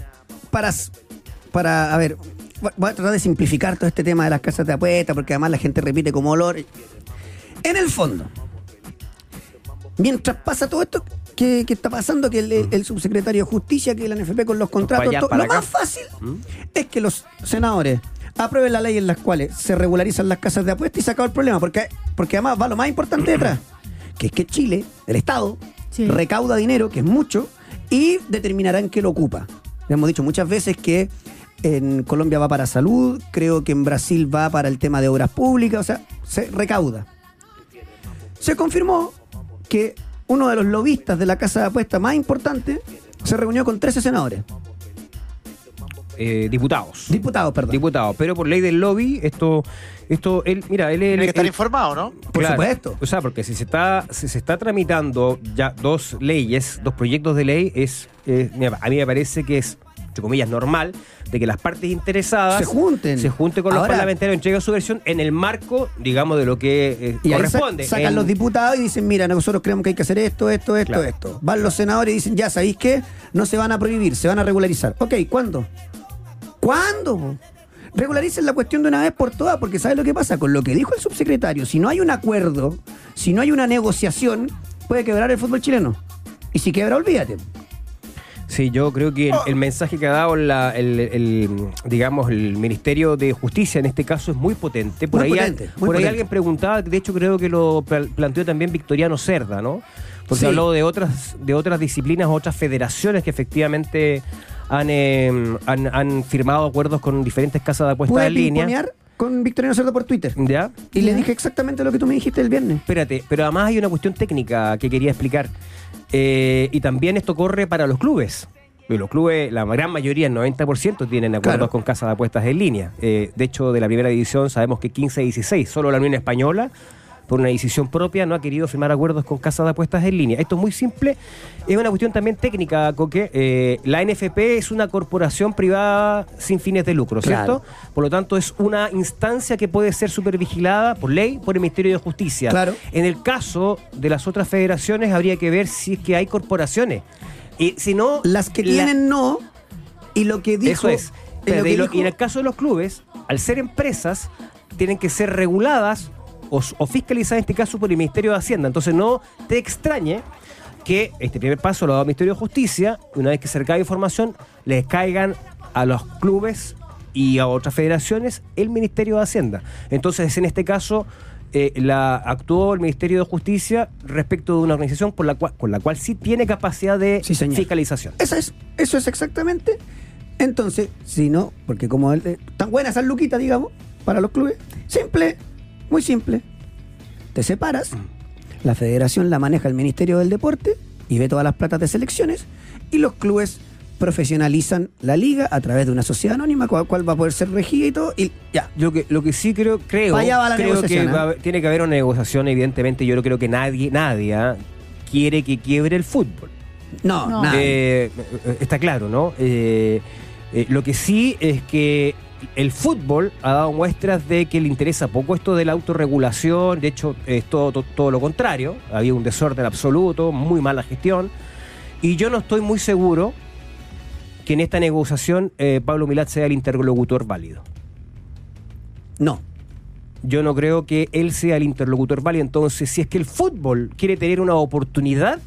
para a ver, voy a tratar de simplificar todo este tema de las casas de apuestas, porque además la gente repite como olor. En el fondo, mientras pasa todo esto que está pasando, que el subsecretario de Justicia, que la NFP con los contratos,
para allá,
todo,
para
lo
acá.
más fácil es que los senadores aprueben la ley en las cuales se regularizan las casas de apuestas y se acaba el problema, porque además va lo más importante detrás, que es que Chile, el Estado,
Sí.
recauda dinero, que es mucho, y determinará en qué lo ocupa. Le hemos dicho muchas veces que en Colombia va para salud, creo que en Brasil va para el tema de obras públicas, o sea, se recauda. Se confirmó que uno de los lobistas de la casa de apuestas más importante se reunió con 13 senadores.
Diputados.
Diputados, perdón.
Diputados. Pero por ley del lobby, él es
Tiene que estar informado, ¿no?
Por supuesto.
O sea, porque si se está tramitando ya 2 leyes, 2 proyectos de ley, mira, a mí me parece que es, entre comillas, normal de que las partes interesadas
Se junten.
con los
Ahora-
parlamentarios, entreguen su versión en el marco, digamos, de lo que
Y ahí
corresponde.
sacan los diputados y dicen, mira, nosotros creemos que hay que hacer esto.
Claro.
Van los senadores y dicen, ya, ¿sabéis qué? No se van a prohibir, se van a regularizar. Ok, ¿cuándo? ¿Cuándo? Regularicen la cuestión de una vez por todas, porque ¿sabes lo que pasa? Con lo que dijo el subsecretario, si no hay un acuerdo, si no hay una negociación, puede quebrar el fútbol chileno. Y si quiebra, olvídate.
Sí, yo creo que el mensaje que ha dado digamos, el Ministerio de Justicia en este caso es muy potente. Por
Muy
ahí,
potente, muy
por ahí
potente.
alguien preguntaba, de hecho creo que lo planteó también Victoriano Cerda, ¿no? Porque
Sí.
habló de otras disciplinas, otras federaciones que efectivamente han firmado acuerdos con diferentes casas de apuestas
Pude
en línea.
pimponear con Victoriano Cerdo por Twitter.
¿Ya?
Y le dije exactamente lo que tú me dijiste el viernes.
Espérate, pero además hay una cuestión técnica que quería explicar. Y también esto corre para los clubes. Los clubes, la gran mayoría, el 90%, tienen acuerdos
Claro.
con casas de apuestas en línea. De hecho, de la primera división sabemos que 15 y 16, solo la Unión Española por una decisión propia, no ha querido firmar acuerdos con casas de apuestas en línea. Esto es muy simple, es una cuestión también técnica, Coque. La NFP es una corporación privada sin fines de lucro, ¿cierto?
Claro.
Por lo tanto, es una instancia que puede ser supervigilada por ley por el Ministerio de Justicia.
Claro.
En el caso de las otras federaciones, habría que ver si es que hay corporaciones. Y si no,
Las que tienen no, y lo que dijo...
eso es. Y en el caso de los clubes, al ser empresas, tienen que ser reguladas o fiscalizadas, en este caso, por el Ministerio de Hacienda. Entonces no te extrañe que este primer paso lo ha dado el Ministerio de Justicia, y una vez que se recabe información, les caigan a los clubes y a otras federaciones el Ministerio de Hacienda. Entonces, en este caso, actuó el Ministerio de Justicia respecto de una organización con la cual sí tiene capacidad de
Sí, señor.
fiscalización.
Eso es exactamente. Entonces, si no, porque como tan buenas esas luquitas, digamos, para los clubes, simple, muy simple. Te separas, la federación la maneja el Ministerio del Deporte y ve todas las platas de selecciones, y los clubes profesionalizan la liga a través de una sociedad anónima, cual va a poder ser regida y todo, y ya.
Lo que sí creo
Pa' allá va la
que
negociación,
tiene que haber una negociación, evidentemente. Yo no creo que nadie quiere que quiebre el fútbol.
No,
No.
nada.
Está claro, ¿no? Lo que sí es que el fútbol ha dado muestras de que le interesa poco esto de la autorregulación. De hecho, es todo lo contrario. Había un desorden absoluto, muy mala gestión. Y yo no estoy muy seguro que en esta negociación Pablo Milad sea el interlocutor válido.
No.
Yo no creo que él sea el interlocutor válido. Entonces, si es que el fútbol quiere tener una oportunidad,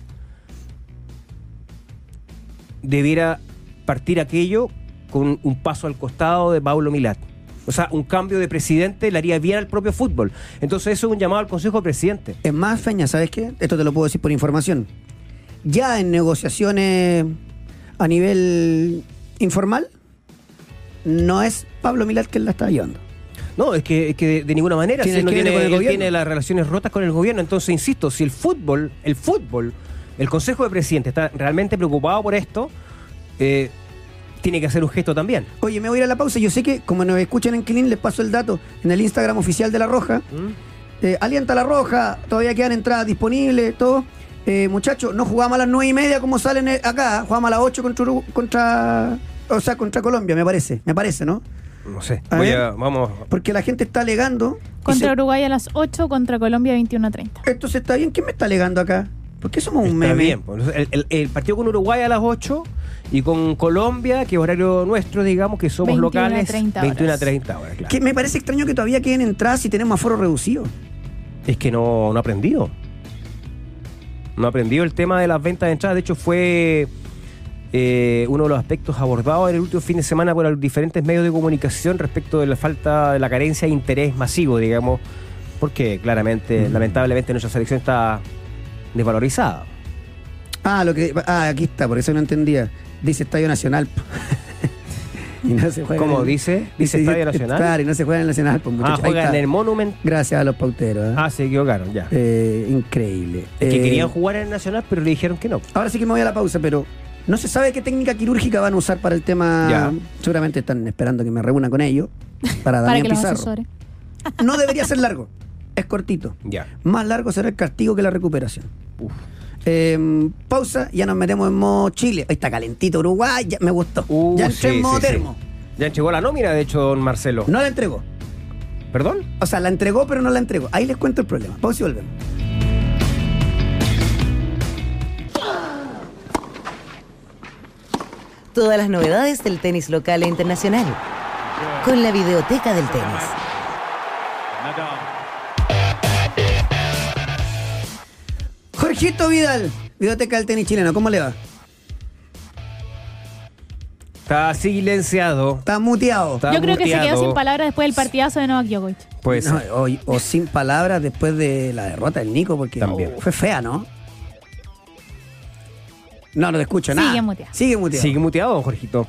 debiera partir aquello con un paso al costado de Pablo Milad. O sea, un cambio de presidente le haría bien al propio fútbol. Entonces eso es un llamado al Consejo de Presidente.
Es más, Feña, ¿sabes qué? Esto te lo puedo decir por información. Ya en negociaciones a nivel informal, no es Pablo Milad quien la está llevando.
No, es que de ninguna manera.
Tiene
Si no
que ver
tiene,
con el
él
gobierno.
tiene las relaciones rotas con el gobierno. Entonces, insisto, si el Consejo de Presidente está realmente preocupado por esto, tiene que hacer un gesto también.
Oye, me voy a ir a la pausa. Yo sé que, como nos escuchan en Clean, les paso el dato en el Instagram oficial de La Roja. Alienta La Roja, todavía quedan entradas disponibles, todo. Muchachos, no jugamos a las 9:30 como salen acá, jugamos a las 8 contra Colombia, me parece, ¿no?
No sé.
A ver.
Vamos.
Porque la gente está alegando. y
Contra Uruguay a las 8, contra Colombia 21:30.
esto se está bien. ¿Quién me está alegando acá? ¿Por qué somos un
Está
meme?
bien. Pues, el partido con Uruguay a las 8 y con Colombia, que es horario nuestro, digamos, que somos
21 a
locales,
30 horas.
21 a 30 horas, claro.
Que me parece extraño que todavía queden entradas si tenemos aforo reducido.
Es que no ha aprendido. No ha aprendido el tema de las ventas de entradas. De hecho, fue uno de los aspectos abordados en el último fin de semana por los diferentes medios de comunicación respecto de la falta, de la carencia de interés masivo, digamos, porque claramente, lamentablemente, nuestra selección está desvalorizada.
Aquí está, por eso no entendía. Dice Estadio Nacional. Y no se juega
¿Cómo
en-
dice? ¿Dice Estadio Nacional?
Claro, y no se juega en el Nacional, pues muchachos. Ahí
Juegan
está.
en el Monument.
Gracias a los pauteros. ¿eh?
Se equivocron, ya.
Increíble.
Que querían jugar en el Nacional, pero le dijeron que no.
Ahora sí que me voy a la pausa, pero no se sabe qué técnica quirúrgica van a usar para el tema.
Ya.
Seguramente están esperando que me reúna con ellos para
Para
Damián
que los
Pizarro.
asesore.
No debería ser largo, es cortito.
Ya.
Más largo será el castigo que la recuperación.
Uf.
Pausa, ya nos metemos en modo Chile. Ahí está calentito Uruguay, ya me gustó. Ya entré
Sí,
en modo
sí, sí.
termo.
Ya llegó la nómina, de hecho, don Marcelo.
No la entregó.
¿Perdón?
O sea, la entregó, pero no la entregó. Ahí les cuento el problema. Pausa y volvemos.
Todas las novedades del tenis local e internacional. Con la videoteca del tenis.
Jorgito Vidal, Videoteca del Tenis Chileno, ¿cómo le va?
Está silenciado.
Está muteado.
Está
Yo creo que se
muteado.
quedó sin palabras después del partidazo de Novak Djokovic.
Puede
No,
ser.
o sin palabras después de la derrota del Nico, porque
También.
fue fea, ¿no? No te escucho nada.
Sigue muteado.
Sigue muteado.
Sigue muteado, don Jorgito.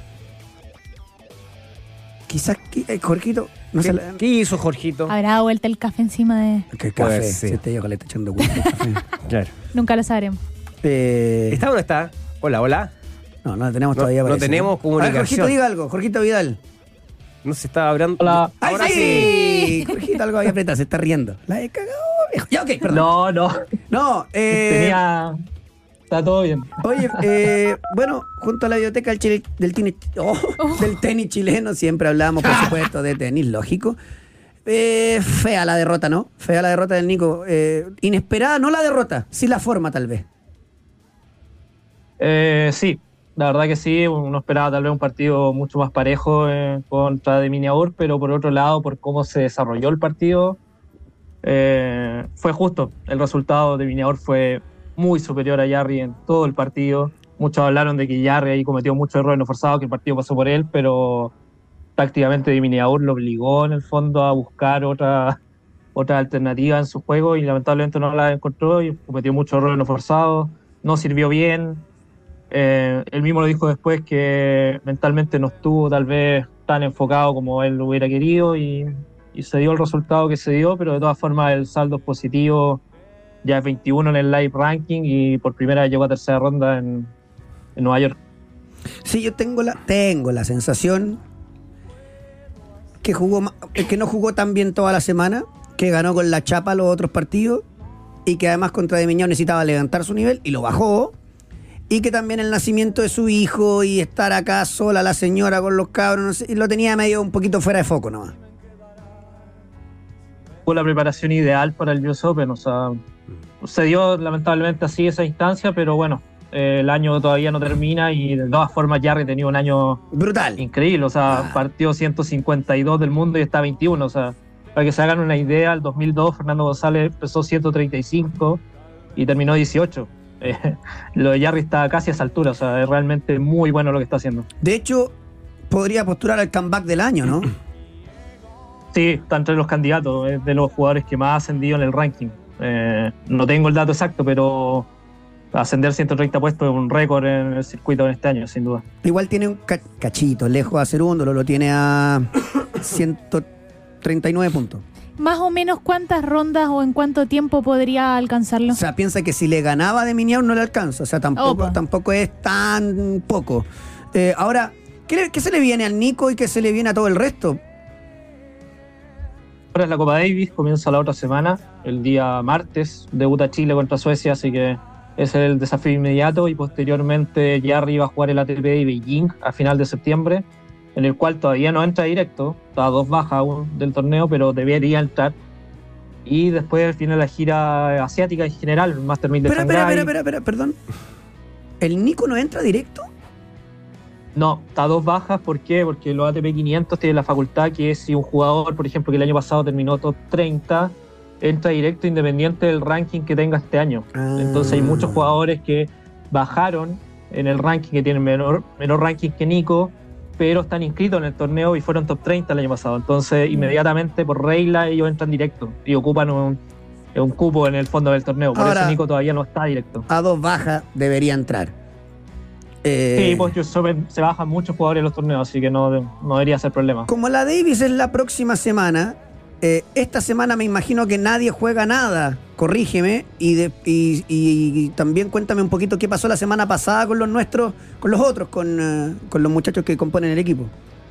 Quizás Jorgito no se la...
¿Qué hizo Jorgito?
Habrá dado vuelta el café encima de...
¿Qué
Puede
café?
ser.
Si este viejo le está echando culpa al café.
Claro.
Nunca lo sabremos.
¿Está o no está? Hola.
No la tenemos
No-
todavía.
no
parece.
tenemos comunicación.
A ver, Jorgito, diga algo. Jorgito Vidal.
No se está hablando. Hola.
¡Ay,
Ahora
sí!
sí.
Jorgito, algo ahí aprieta, se está riendo. La he cagado, viejo. Ya, ok, perdón. No,
Está todo bien.
Oye, bueno, junto a la biblioteca del tenis chileno, siempre hablamos, por supuesto, de tenis, lógico. Fea la derrota, ¿no? Fea la derrota del Nico. Inesperada, no la derrota, sí la forma, tal vez.
Sí, la verdad que sí. Uno esperaba tal vez un partido mucho más parejo contra de Miniaur, pero por otro lado, por cómo se desarrolló el partido, fue justo. El resultado de Miniaur fue muy superior a Jarry en todo el partido. Muchos hablaron de que Jarry ahí cometió muchos errores no forzados, que el partido pasó por él, pero prácticamente de Miniaur lo obligó en el fondo a buscar otra alternativa en su juego y lamentablemente no la encontró y cometió muchos errores no forzados, no sirvió bien. Él mismo lo dijo después que mentalmente no estuvo tal vez tan enfocado como él lo hubiera querido y se dio el resultado que se dio, pero de todas formas el saldo es positivo. Ya es 21 en el live ranking y por primera vez llegó a tercera ronda en Nueva York.
Sí, yo tengo la sensación que no jugó tan bien toda la semana, que ganó con la chapa los otros partidos y que además contra de Miñón necesitaba levantar su nivel y lo bajó, y que también el nacimiento de su hijo y estar acá sola la señora con los cabros, no sé, lo tenía medio un poquito fuera de foco nomás.
Fue la preparación ideal para el US Open, o sea, se dio lamentablemente así esa instancia, pero bueno, el año todavía no termina y de todas formas Jarry tenía un año
brutal,
increíble, o sea, partió 152 del mundo y está 21, o sea, para que se hagan una idea, el 2002 Fernando González empezó 135 y terminó 18. Lo de Jarry está casi a esa altura, o sea, es realmente muy bueno lo que está haciendo.
De hecho, podría postular al comeback del año, ¿no?
Sí, está entre los candidatos, es de los jugadores que más ha ascendido en el ranking. No tengo el dato exacto, pero ascender 130 puestos es un récord en el circuito en este año, sin duda.
Igual tiene un cachito, lejos a segundo, lo tiene a 139 puntos.
Más o menos, ¿cuántas rondas o en cuánto tiempo podría alcanzarlo?
O sea, piensa que si le ganaba de Miniaur no le alcanza, o sea, tampoco es tan poco. Ahora, ¿qué se le viene al Nico y qué se le viene a todo el resto?
Ahora es la Copa Davis, comienza la otra semana, el día martes, debuta Chile contra Suecia, así que ese es el desafío inmediato, y posteriormente Jarry va a jugar el ATP de Beijing a final de septiembre, en el cual todavía no entra directo, está a 2 bajas aún del torneo, pero debería entrar. Y después viene la gira asiática en general, el Master 1000 de Shanghái.
Espera, perdón. ¿El Nico no entra directo?
No, está a 2 bajas. ¿Por qué? Porque los ATP 500 tienen la facultad que si un jugador, por ejemplo, que el año pasado terminó top 30, entra directo independiente del ranking que tenga este año. Entonces hay muchos jugadores que bajaron en el ranking, que tienen menor ranking que Nico, pero están inscritos en el torneo y fueron top 30 el año pasado. Entonces, inmediatamente, por regla, ellos entran directo y ocupan un cupo en el fondo del torneo. Por eso Nico todavía no está directo.
A 2 bajas debería entrar.
Sí, pues se bajan muchos jugadores en los torneos, así que no debería ser problema.
Como la Davis es la próxima semana, esta semana me imagino que nadie juega nada. Corrígeme y también cuéntame un poquito qué pasó la semana pasada con los nuestros, con los otros, con los muchachos que componen el equipo.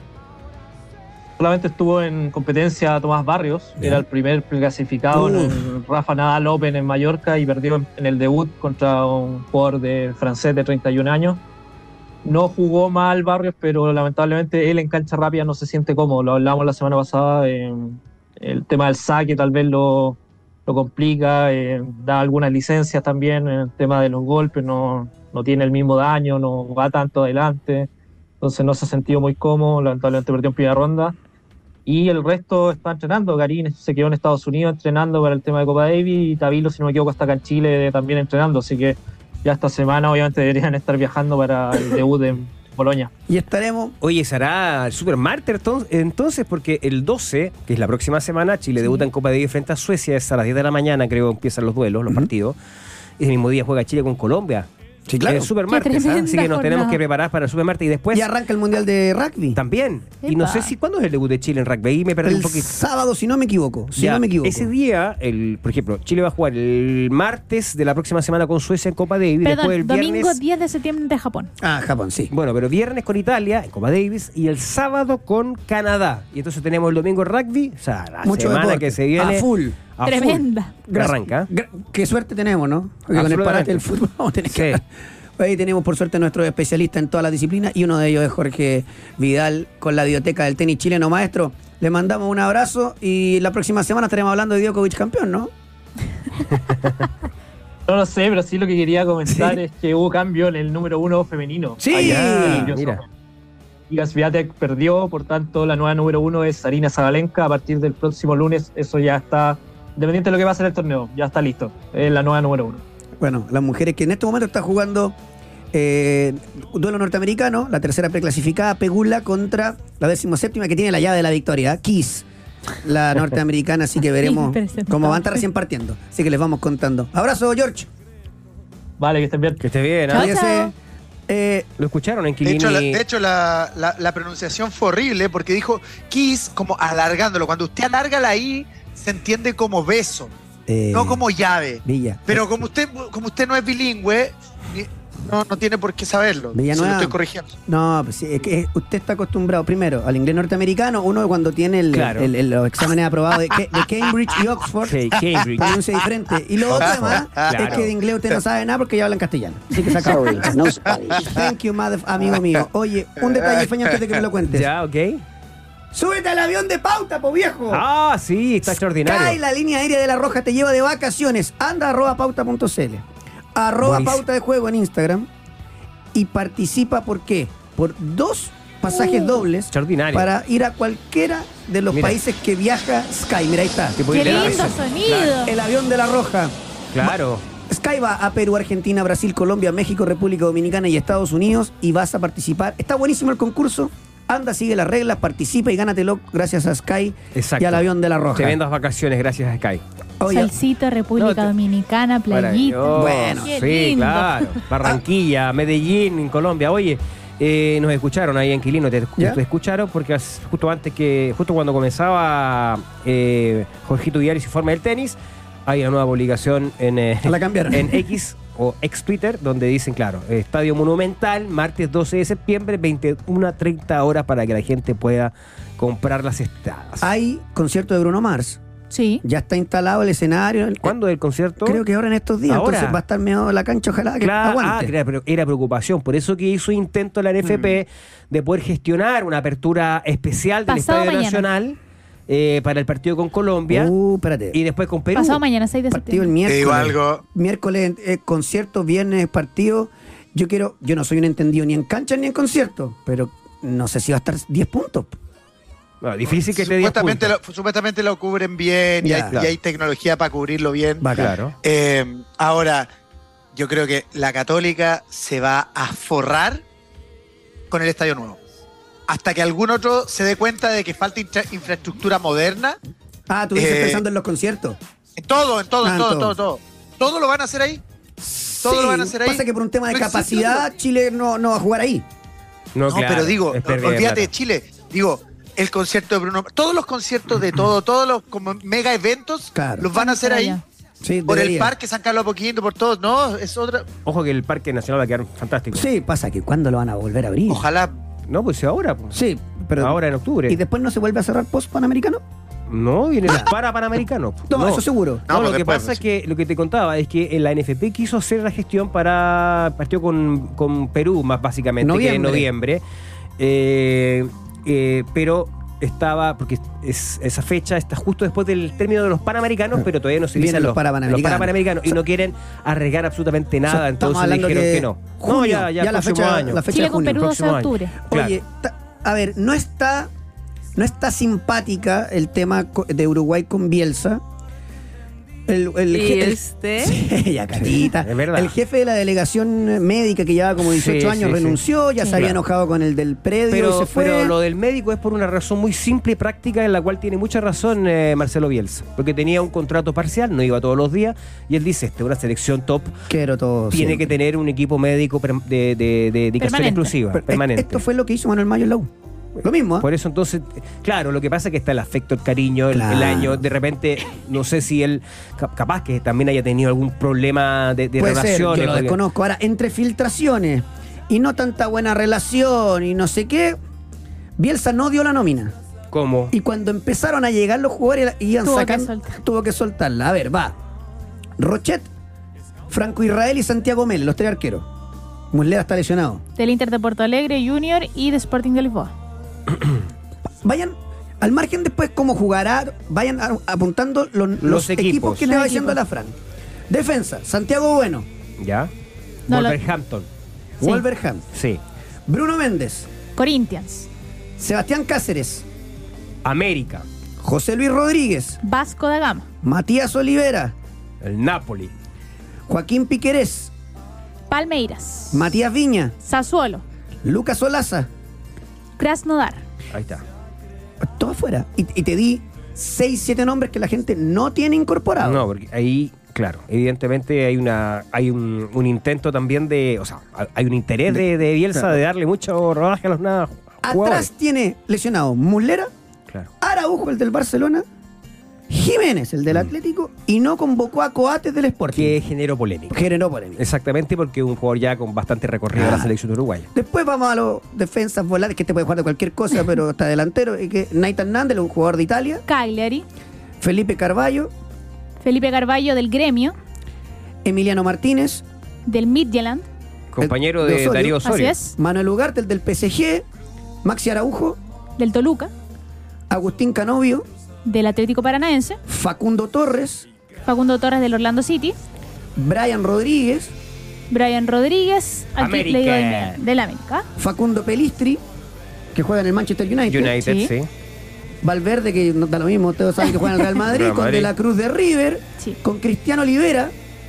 Solamente estuvo en competencia Tomás Barrios, que era el primer clasificado en el Rafa Nadal Open en Mallorca y perdió en el debut contra un jugador francés de 31 años. No jugó mal Barrios, pero lamentablemente él en cancha rápida no se siente cómodo. Lo hablamos la semana pasada, el tema del saque tal vez lo complica, da algunas licencias también, el tema de los golpes no tiene el mismo daño, no va tanto adelante, entonces no se ha sentido muy cómodo, lamentablemente perdió en primera ronda. Y el resto está entrenando. Garín se quedó en Estados Unidos entrenando para el tema de Copa Davis, y Tabilo, si no me equivoco, está acá en Chile también entrenando, así que ya esta semana obviamente deberían estar viajando para el debut en Polonia.
Y estaremos...
Oye, ¿será el Super Martyr entonces? Porque el 12, que es la próxima semana, Chile debuta en Copa Davis frente a Suecia, es a las 10 de la mañana, creo, empiezan los duelos, los partidos. Ese mismo día juega Chile con Colombia.
Sí, claro.
El Super Martyr, así que nos tenemos que preparar para el Super Martyr. Y después...
Y arranca el Mundial de Rugby.
También. Y no sé cuándo es el debut de Chile en rugby. Ahí me perdí un poquito.
El sábado, si no me equivoco.
Ese día, por ejemplo, Chile va a jugar el martes de la próxima semana con Suecia en Copa Davis.
Perdón,
después el
domingo
viernes,
10 de septiembre de Japón.
Japón, sí.
Bueno, pero viernes con Italia en Copa Davis y el sábado con Canadá. Y entonces tenemos el domingo rugby. O sea, la
mucho
semana
deporte.
Que se viene...
A full.
a full.
Tremenda.
Arranca.
Qué suerte tenemos, ¿no? Porque con el parate del fútbol vamos a tener que...
Sí.
Ahí tenemos por suerte nuestros especialistas en todas las disciplinas y uno de ellos es Jorge Vidal con la biblioteca del tenis chileno. Maestro, le mandamos un abrazo y la próxima semana estaremos hablando de Djokovic campeón, ¿no?
No lo sé, pero sí lo que quería comentar
Sí.
es que hubo cambio en el número 1 femenino.
Sí.
Mira.
Iga Swiatek perdió, por tanto la nueva número 1 es Aryna Sabalenka. A partir del próximo lunes eso ya está, independiente de lo que va a ser el torneo, ya está listo. Es la nueva número 1.
Bueno, las mujeres que en este momento están jugando duelo norteamericano, la tercera preclasificada, Pegula contra la 17ª que tiene la llave de la victoria, Kiss, la norteamericana, así que veremos
Impresentable.
cómo van a estar recién partiendo. Así que les vamos contando. Abrazo, George.
Vale, que estén bien.
Que esté bien, ¿ah?
Chao,
Cuídese.
chao.
¿Lo escucharon en
De
Quilini?
hecho, la pronunciación fue horrible porque dijo kiss como alargándolo. Cuando usted alarga la I, se entiende como beso, no como llave.
Villa.
Pero como usted no es bilingüe, no tiene por qué saberlo. Se lo
Villanueva.
estoy corrigiendo.
No, pues sí, es que usted está acostumbrado primero al inglés norteamericano, uno cuando tiene
Claro.
los exámenes aprobados de Cambridge y Oxford,
Sí, Cambridge.
pronuncia diferente. Y lo otro además
Claro.
es que de inglés usted no sabe nada porque ya habla en castellano. Así que se acabó. Thank you, amigo mío. Oye, un detalle, Feña, antes de que me lo cuentes.
Ya, ok.
¡Súbete al avión de pauta, po viejo!
Ah, sí, está extraordinario.
Sky, la línea aérea de La Roja, te lleva de vacaciones. Anda @ pauta.cl. @ pauta de juego en Instagram. Y participa, ¿por qué? Por 2 pasajes dobles
Extraordinario.
para ir a cualquiera de los
Mira.
países que viaja Sky. Mira, ahí está.
Te puede
Qué
ir a la
lindo
vez.
sonido.
El avión de La Roja.
Claro.
Sky va a Perú, Argentina, Brasil, Colombia, México, República Dominicana y Estados Unidos y vas a participar. Está buenísimo el concurso. Anda, sigue las reglas, participa y gánatelo gracias a Sky
Exacto.
y al avión de La Roja.
Tremendas vacaciones gracias a Sky.
Oye,
Salsita, República
No,
Dominicana, playita.
Maravilloso.
Bueno.
Qué
Sí,
lindo.
claro. Barranquilla, Medellín, en Colombia. Oye, nos escucharon ahí en Quilino,
¿Ya?
te escucharon porque justo cuando comenzaba Jorgito Villar y su forma del tenis, hay una nueva publicación
la cambiaron.
en X o ex Twitter, donde dicen, claro, Estadio Monumental, martes 12 de septiembre, 21:30 horas para que la gente pueda comprar las entradas.
Hay concierto de Bruno Mars.
Sí.
Ya está instalado el escenario.
¿Cuándo el concierto?
Creo que ahora en estos días.
Ahora.
Entonces va a estar medio la cancha, ojalá que
Claro,
aguante.
pero era preocupación. Por eso que hizo intento la NFP de poder gestionar una apertura especial del
Pasado
Estadio
mañana.
Nacional para el partido con Colombia
Espérate.
y después con Perú.
Pasado mañana, 6 de
Partido el
septiembre.
Te digo
miércoles.
algo.
Miércoles concierto, viernes partido. Yo no soy un entendido ni en cancha ni en concierto, pero no sé si va a estar 10 puntos.
Bueno, difícil que te diga
Supuestamente lo cubren bien
Ya,
y hay tecnología para cubrirlo bien.
Bacán.
Claro.
Ahora, yo creo que la Católica se va a forrar con el estadio nuevo. Hasta que algún otro se dé cuenta de que falta infraestructura moderna.
Ah, tú dices pensando en los conciertos.
En todo.
Ah, en todo.
Todo lo van a hacer ahí. Todo
Sí,
lo van a hacer ahí.
Pasa que por un tema de
No existe
capacidad, Chile no va a jugar ahí.
No,
No,
claro,
pero digo,
es pérdida de
olvídate de
plata.
Chile. Digo, el concierto de Bruno, todos los conciertos de todo, todos los como mega eventos,
Claro.
los van a hacer ahí.
Allá.
Sí,
Por
debería.
el parque San Carlos Apoquindo, por todos. No, es otra.
Ojo que el Parque Nacional va a quedar fantástico.
Sí, pasa que ¿cuándo lo van a volver a abrir?
Ojalá.
No, pues ahora. Pues.
Sí, pero.
Ahora en octubre.
¿Y después no se vuelve a cerrar post-panamericano?
No, viene los panamericanos.
No, eso seguro.
No,
No,
lo
porque
que
después,
pasa es que lo que te contaba es que la NFP quiso hacer la gestión para partió con Perú, más básicamente, que en noviembre. Pero estaba, porque esa fecha está justo después del término de los Panamericanos, pero todavía no se
Vienen
dicen
los Panamericanos.
Panamericanos y no quieren arriesgar absolutamente nada,
O sea, estamos
entonces
hablando
dijeron
que
que no.
junio,
No, ya
ya la
próximo
fecha-
año.
la fecha
Chile
de
con
junio,
Perú 12 de
próximo
octubre.
Oye, a ver, no está simpática el tema de Uruguay con Bielsa. Sí, ya, Catita.
Es verdad.
El jefe de la delegación médica que llevaba como 18
Sí,
años
sí,
renunció, ya
Sí.
se había
Claro.
enojado con el del predio y se fue.
Pero lo del médico es por una razón muy simple y práctica en la cual tiene mucha razón Marcelo Bielsa. Porque tenía un contrato parcial, no iba todos los días, y él dice, una selección top
Quiero todo.
tiene
siempre.
que tener un equipo médico de dedicación
Permanente.
exclusiva,
Pero
permanente.
Esto fue lo que hizo Manuel Mayo en la U. Lo mismo, ¿eh?
Por eso entonces, claro, lo que pasa es que está el afecto, el cariño, el
Claro.
año. De repente, no sé si él, capaz que también haya tenido algún problema de
Puede ser,
relaciones.
yo lo
porque-
desconozco. Ahora, entre filtraciones y no tanta buena relación y no sé qué, Bielsa no dio la nómina.
¿Cómo?
Y cuando empezaron a llegar los jugadores iban
Tuvo que
sacando,
soltar.
tuvo que soltarla. A ver, va. Rochet, Franco Israel y Santiago Mel, los 3 arqueros. Muslera está lesionado.
Del Inter de Porto Alegre Junior y de Sporting de Lisboa.
Vayan, al margen después cómo jugará, vayan apuntando los equipos que te
Los
va diciendo
equipos.
la Fran. Defensa, Santiago Bueno,
¿Ya?
No,
Wolverhampton.
Sí.
Wolverhampton.
Sí.
Bruno Méndez,
Corinthians.
Sebastián Cáceres,
América.
José Luis Rodríguez,
Vasco da Gama.
Matías Olivera,
El Napoli.
Joaquín Piquerés,
Palmeiras.
Matías Viña,
Sassuolo.
Lucas Olaza,
Krasnodar.
Ahí está.
todo afuera. Y te di 6, 7 nombres que la gente no tiene incorporado.
No, porque ahí, claro, evidentemente hay un intento también de, o sea, hay un interés de Bielsa
Claro.
de darle mucho rodaje a los nada jugadores.
Atrás tiene lesionado Muslera,
Claro.
Araujo, el del Barcelona, Jiménez, el del Atlético, y no convocó a Coates del Sporting.
Que generó polémica.
Generó polémica.
Exactamente, porque es un jugador ya con bastante recorrido de la selección uruguaya.
Después vamos a los defensas volantes, que este puede jugar de cualquier cosa, pero está delantero. Y que Nathan Nandel, un jugador de Italia.
Cagliari.
Felipe Carballo,
Felipe Carballo del Gremio.
Emiliano Martínez,
Del Midtjylland.
Compañero
de
de
Osorio.
Darío
Así
Osorio.
es.
Manuel Ugarte, el del PSG, Maxi Araujo,
Del Toluca.
Agustín Canovio,
Del Atlético Paranaense.
Facundo Torres,
Facundo Torres del Orlando City.
Brian Rodríguez,
Brian Rodríguez. Aquí
América.
le digo del América.
Facundo Pelistri, que juega en el Manchester United.
United,
Sí.
sí.
Valverde, que no da lo mismo, ustedes saben que juega en el Real Madrid,
Real
con
Madrid.
De la Cruz de River,
Sí.
con Cristiano Olivera,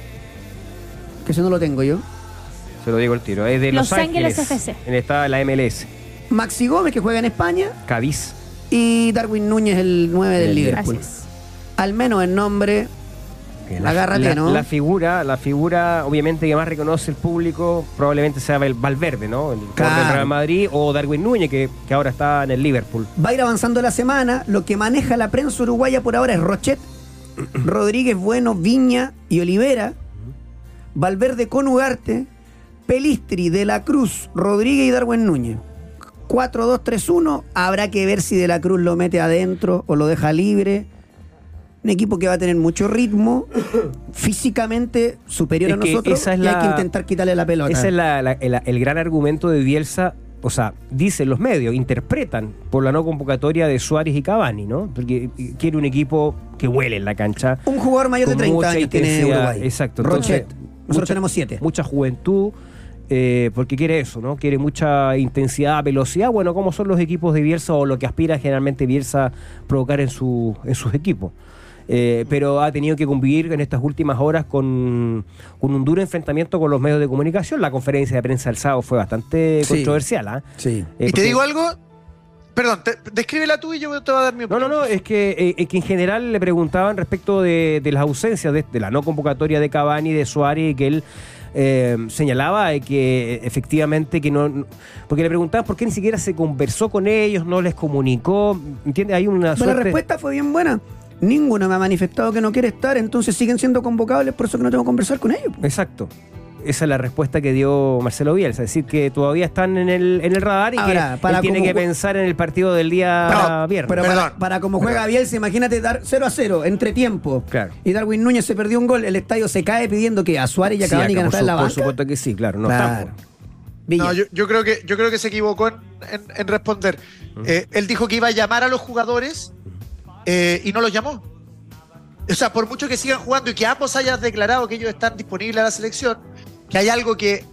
que ese no lo tengo yo,
Se lo digo el tiro. Es de Los,
Los Ángeles FC.
Está la MLS.
Maxi Gómez, que juega en España,
Cádiz.
y Darwin Núñez, el 9 del
Así
Liverpool.
Así es.
Al menos el nombre, agárrate, ¿no?
La figura, obviamente, que más reconoce el público, probablemente sea Valverde, ¿no? El jugador
Claro.
del Real Madrid, o Darwin Núñez, que ahora está en el Liverpool.
Va a ir avanzando la semana. Lo que maneja la prensa uruguaya por ahora es Rochet, Rodríguez, Bueno, Viña y Olivera, Valverde con Ugarte, Pelistri, De la Cruz, Rodríguez y Darwin Núñez. 4-2-3-1. Habrá que ver si De la Cruz lo mete adentro o lo deja libre. Un equipo que va a tener mucho ritmo, físicamente superior
Es
a
que
nosotros,
esa es
y hay
la-
que intentar quitarle la pelota.
Ese es el gran argumento de Bielsa. O sea, dicen los medios, interpretan por la no convocatoria de Suárez y Cavani, ¿no? Porque quiere un equipo que huele en la cancha.
Un jugador mayor de
con
30
mucha
años tiene
intensidad.
Uruguay.
Exacto.
Rochet.
Entonces,
Nosotros tenemos 7.
Mucha juventud, porque quiere eso, ¿no? Quiere mucha intensidad, velocidad. Bueno, como son los equipos de Bielsa o lo que aspira generalmente Bielsa provocar en sus equipos. Pero ha tenido que convivir en estas últimas horas con un duro enfrentamiento con los medios de comunicación. La conferencia de prensa del sábado fue bastante
Sí.
controversial. ¿Ah?
Sí.
Y te
Porque-
digo algo, perdón, descríbela tú y yo te voy a dar mi opinión.
No, es que en general le preguntaban respecto de las ausencias, de la no convocatoria de Cavani, de Suárez, y que él señalaba de que efectivamente que no... Porque le preguntaban por qué ni siquiera se conversó con ellos, no les comunicó, ¿entiendes? Hay una
Pero la
suerte...
respuesta fue bien buena. Ninguno me ha manifestado que no quiere estar, entonces siguen siendo convocables, por eso que no tengo que conversar con ellos.
Exacto. Esa es la respuesta que dio Marcelo Bielsa, es decir, que todavía están en el radar y
Ahora,
que
para
él tiene
como-
que pensar en el partido del día
No,
viernes.
Pero
Perdón.
para como juega Bielsa, imagínate dar 0-0 entre tiempo.
Claro.
Y Darwin Núñez se perdió un gol, el estadio se cae pidiendo que a Suárez y a
Sí,
Cavani
acá,
que no
por
están en la
por
banca.
supuesto que sí, claro. No
Claro.
están,
Villa.
No, yo creo que se equivocó en responder. Él dijo que iba a llamar a los jugadores y no los llamó. O sea, por mucho que sigan jugando y que ambos hayan declarado que ellos están disponibles a la selección, que hay algo que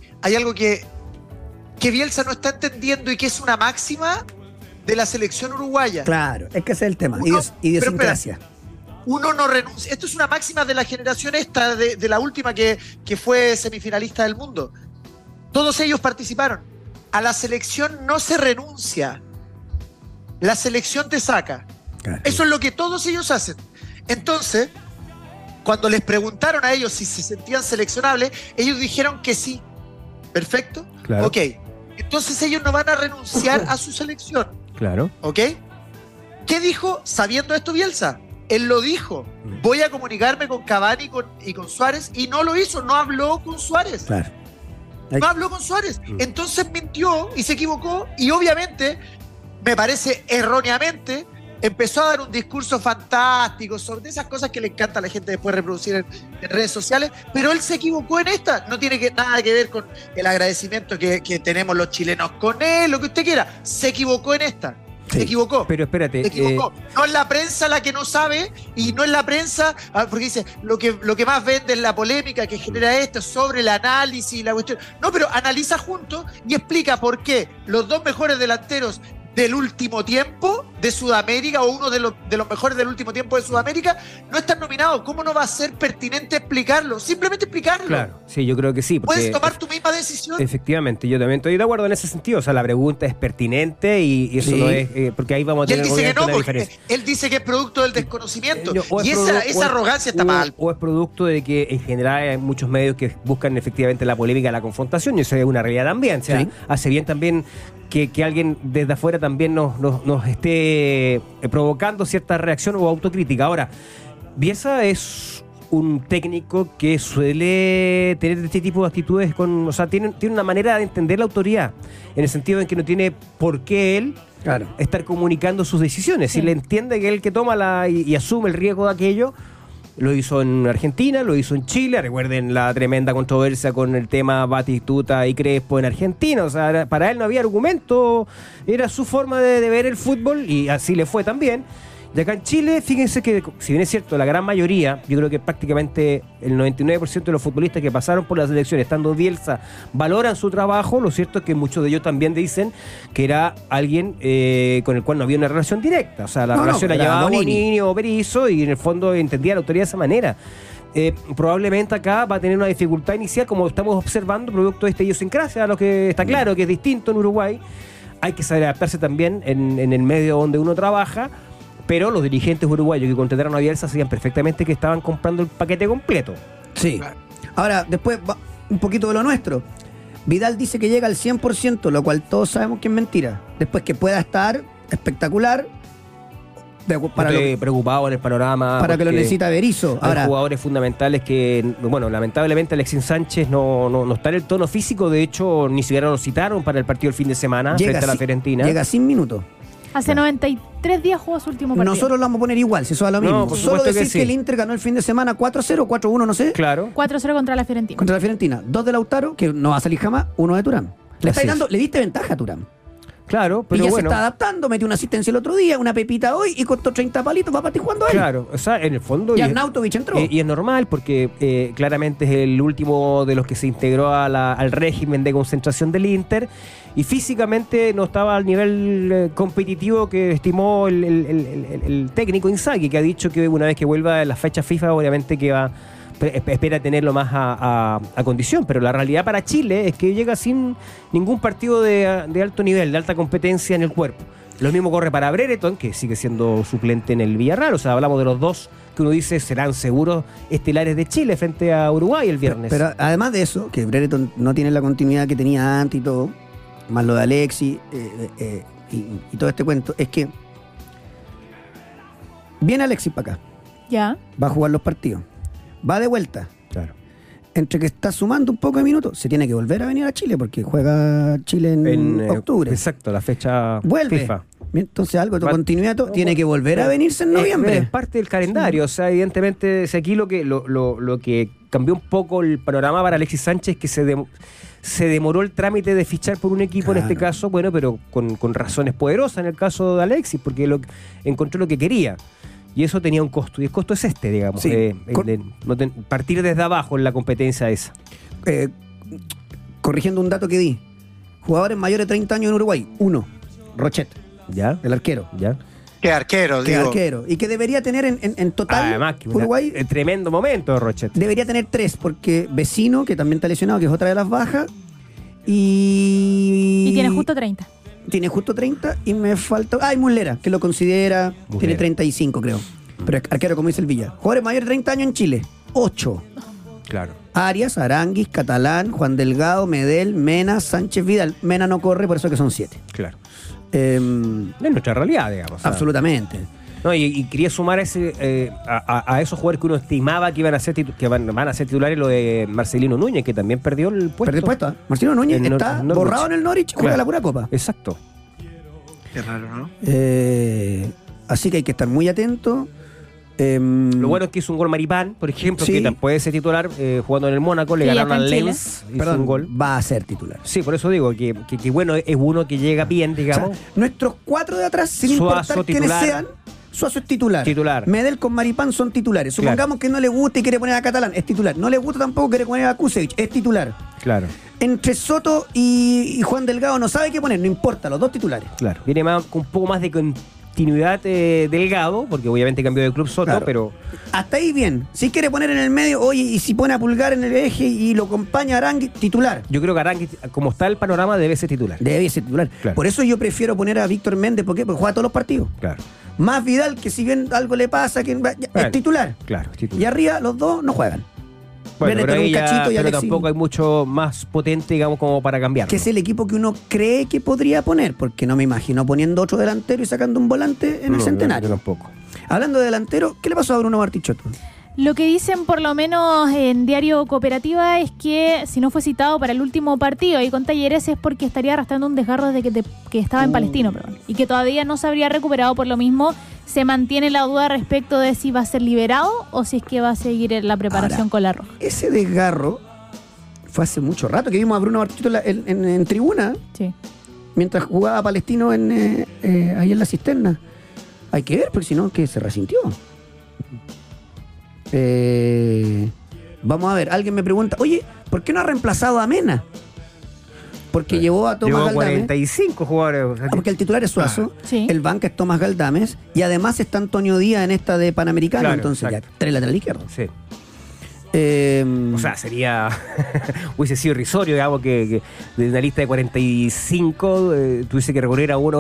Bielsa no está entendiendo y que es una máxima de la selección uruguaya.
Claro, es que ese es el tema.
Uno-
Idiosincrasia.
Uno no renuncia. Esto es una máxima de la generación esta, de la última que fue semifinalista del mundo. Todos ellos participaron. A la selección no se renuncia. La selección te saca.
Claro.
Eso es lo que todos ellos hacen. Entonces, cuando les preguntaron a ellos si se sentían seleccionables, ellos dijeron que sí. ¿Perfecto?
Claro.
Ok. Entonces ellos no van a renunciar a su selección.
Claro.
¿Ok? ¿Qué dijo sabiendo esto Bielsa? Él lo dijo. Voy a comunicarme con Cavani y con Suárez, y no lo hizo, no habló con Suárez.
Claro.
No habló con Suárez. Entonces mintió y se equivocó, y obviamente, me parece erróneamente, empezó a dar un discurso fantástico sobre esas cosas que le encanta a la gente después reproducir en redes sociales, pero él se equivocó en esta. No tiene nada que ver con el agradecimiento que tenemos los chilenos con él, lo que usted quiera. Se equivocó en esta. Se equivocó.
Pero espérate.
Se equivocó. No es la prensa la que no sabe, y no es la prensa, porque dice, lo que más vende es la polémica que genera esto sobre el análisis y la cuestión. No, pero analiza juntos y explica por qué los dos mejores delanteros del último tiempo de Sudamérica, o uno de los mejores del último tiempo de Sudamérica, no están nominados. ¿Cómo no va a ser pertinente explicarlo? Simplemente explicarlo.
Claro, sí, yo creo que sí.
Puedes tomar tu misma decisión.
Efectivamente, yo también estoy de acuerdo en ese sentido. O sea, la pregunta es pertinente y eso no es... porque ahí vamos a tener
una
diferencia.
Él dice que es producto del desconocimiento. Y esa arrogancia está mal.
O es producto de que en general hay muchos medios que buscan efectivamente la polémica, la confrontación, y eso es una realidad también. O sea, hace bien también que alguien desde afuera también nos esté provocando cierta reacción o autocrítica. Ahora, Bielsa es un técnico que suele tener este tipo de actitudes o sea, tiene una manera de entender la autoridad, en el sentido en que no tiene por qué él estar comunicando sus decisiones. Si le entiende que es el que toma y asume el riesgo de aquello. Lo hizo en Argentina, lo hizo en Chile. Recuerden la tremenda controversia con el tema Batistuta y Crespo en Argentina. O sea, para él no había argumento, era su forma de ver el fútbol, y así le fue también. Y acá en Chile, fíjense que, si bien es cierto, la gran mayoría, yo creo que prácticamente el 99% de los futbolistas que pasaron por la selección, estando Bielsa, valoran su trabajo. Lo cierto es que muchos de ellos también dicen que era alguien con el cual no había una relación directa. O sea, la relación la llevaba Bonini o Berizzo, y en el fondo entendía la autoridad de esa manera. Probablemente acá va a tener una dificultad inicial, como estamos observando, producto de esta idiosincrasia, a lo que está claro que es distinto en Uruguay. Hay que saber adaptarse también en el medio donde uno trabaja. Pero los dirigentes uruguayos que contrataron a Bielsa sabían perfectamente que estaban comprando el paquete completo.
Sí. Ahora, después, un poquito de lo nuestro. Vidal dice que llega al 100%, lo cual todos sabemos que es mentira. Después que pueda estar espectacular.
Estoy preocupado en el panorama.
Para que lo necesita Berizzo.
Hay jugadores fundamentales que, bueno, lamentablemente Alexis Sánchez no está en el tono físico. De hecho, ni siquiera lo citaron para el partido del fin de semana frente a la Fiorentina.
Llega sin minutos.
Hace 93 días jugó su último partido.
Nosotros lo vamos a poner igual, si eso es lo mismo.
Por
Solo decir
que, sí,
que el Inter ganó el fin de semana 4-0, 4-1, no sé.
Claro.
4-0 contra la Fiorentina.
Contra la Fiorentina. 2 de Lautaro, que no va a salir jamás, 1 de Turán. Le diste ventaja a Turán.
Claro, pero
y ya
bueno,
se está adaptando, metió una asistencia el otro día, una pepita hoy y costó 30 palitos, va a partir jugando ahí.
Claro, o sea, en el fondo...
Y Arnautovic entró.
Y es normal porque claramente es el último de los que se integró al régimen de concentración del Inter, y físicamente no estaba al nivel competitivo que estimó el técnico Inzaghi, que ha dicho que una vez que vuelva a la fecha FIFA, obviamente que espera tenerlo más a condición. Pero la realidad para Chile es que llega sin ningún partido de alto nivel, de alta competencia en el cuerpo. Lo mismo corre para Brereton, que sigue siendo suplente en el Villarreal. O sea, hablamos de los dos que uno dice serán seguros estelares de Chile frente a Uruguay el viernes.
Pero además de eso, que Brereton no tiene la continuidad que tenía antes y todo, más lo de Alexis y todo este cuento, es que viene Alexis para acá.
Ya.
Va a jugar los partidos. Va de vuelta.
Claro.
Entre que está sumando un poco de minutos, se tiene que volver a venir a Chile porque juega Chile en octubre.
Exacto, la fecha
vuelve.
FIFA.
Entonces algo de continuidad tiene que volver a venirse en noviembre.
Es parte del calendario. O sea, evidentemente, aquí lo que cambió un poco el panorama para Alexis Sánchez, que se demoró el trámite de fichar por un equipo, claro, en este caso, bueno, pero con razones poderosas en el caso de Alexis, porque encontró lo que quería. Y eso tenía un costo, y el costo es digamos,
sí.
Partir desde abajo en la competencia esa.
Corrigiendo un dato que di, jugadores mayores de 30 años en Uruguay, 1, Rochet,
¿ya?
El arquero.
¿Ya?
¿Qué arquero?
Y que debería tener en total,
además, que
Uruguay,
tremendo momento de Rochet.
Debería tener 3, porque Vecino, que también está lesionado, que es otra de las bajas, y
tiene justo 30.
Tiene justo 30 y me falta... y Muslera, que lo considera... Tiene 35, creo. Pero es arquero, como dice el Villa. Jugadores mayores de 30 años en Chile, 8.
Claro.
Arias, Aranguis, Catalán, Juan Delgado, Medel, Mena, Sánchez, Vidal. Mena no corre, por eso que son 7.
Claro. Es nuestra realidad, digamos.
Absolutamente.
No, y quería sumar a esos jugadores que uno estimaba que iban a ser van a ser titulares, lo de Marcelino Núñez, que también perdió el puesto.
Perdió el puesto. Marcelino Núñez está borrado en el Norwich, juega la pura copa.
Exacto.
Qué raro, ¿no?
Así que hay que estar muy atento.
Lo bueno es que hizo un gol Maripán, por ejemplo,
Sí.
que puede ser titular jugando en el Mónaco, le
Sí,
ganaron
acá en
al
Chile.
Lens, hizo
Perdón,
un gol.
va a ser titular.
Sí, por eso digo que bueno, es uno que llega bien,
O sea,
digamos.
nuestros 4 de atrás, sin
Suazo,
importar quiénes
titular.
sean, Suazo es titular.
Titular.
Medel con Maripán son titulares.
Claro.
Supongamos que no le gusta y quiere poner a Catalán, es titular. No le gusta tampoco, quiere poner a Kusevich, es titular.
Claro,
Entre Soto y Juan Delgado no sabe qué poner, no importa, los dos titulares.
claro. Viene más, con un poco más de continuidad Delgado, porque obviamente cambió de club Soto,
Claro.
pero
Hasta ahí bien. Si quiere poner en el medio, oye, y si pone a Pulgar en el eje y lo acompaña Arangui, titular.
yo creo que Arangui, como está el panorama, debe ser titular.
Debe ser titular.
Claro.
Por eso yo prefiero poner a Víctor Méndez, ¿por qué? Porque juega todos los partidos.
Claro,
Más Vidal, que si bien algo le pasa, que es
Claro.
titular.
claro, titular.
Y arriba los dos no juegan.
Bueno,
Vélez
pero,
con un
ahí ya-
cachito y
pero
Alexis.
tampoco hay mucho más potente, digamos, como para cambiarlo.
Que es el equipo que uno cree que podría poner, porque no me imagino poniendo otro delantero y sacando un volante en el
No,
Centenario.
yo tampoco.
Hablando de delantero, ¿qué le pasó a Bruno Bartichotto?
Lo que dicen por lo menos en Diario Cooperativa es que si no fue citado para el último partido y con Talleres es porque estaría arrastrando un desgarro desde que estaba en Palestino, perdón, y que todavía no se habría recuperado. Por lo mismo se mantiene la duda respecto de si va a ser liberado o si es que va a seguir en la preparación
Ahora,
con la roja.
Ese desgarro fue hace mucho rato que vimos a Bruno Bartichotto en tribuna,
Sí.
mientras jugaba Palestino ahí en la cisterna. Hay que ver, porque si no, que se resintió. Vamos a ver, alguien me pregunta, oye, ¿por qué no ha reemplazado a Mena? Porque llevó a Tomás
Llevó
Galdames.
45 jugadores. o sea,
Porque el titular es Suazo,
Sí.
el banca es Tomás Galdames y además está Antonio Díaz en esta de Panamericano,
Claro,
entonces
exacto.
ya, 3 lateral izquierdo.
Sí.
Eh,
O sea, sería. hubiese sido irrisorio, digamos, que de una lista de 45 tuviese que recorrer a un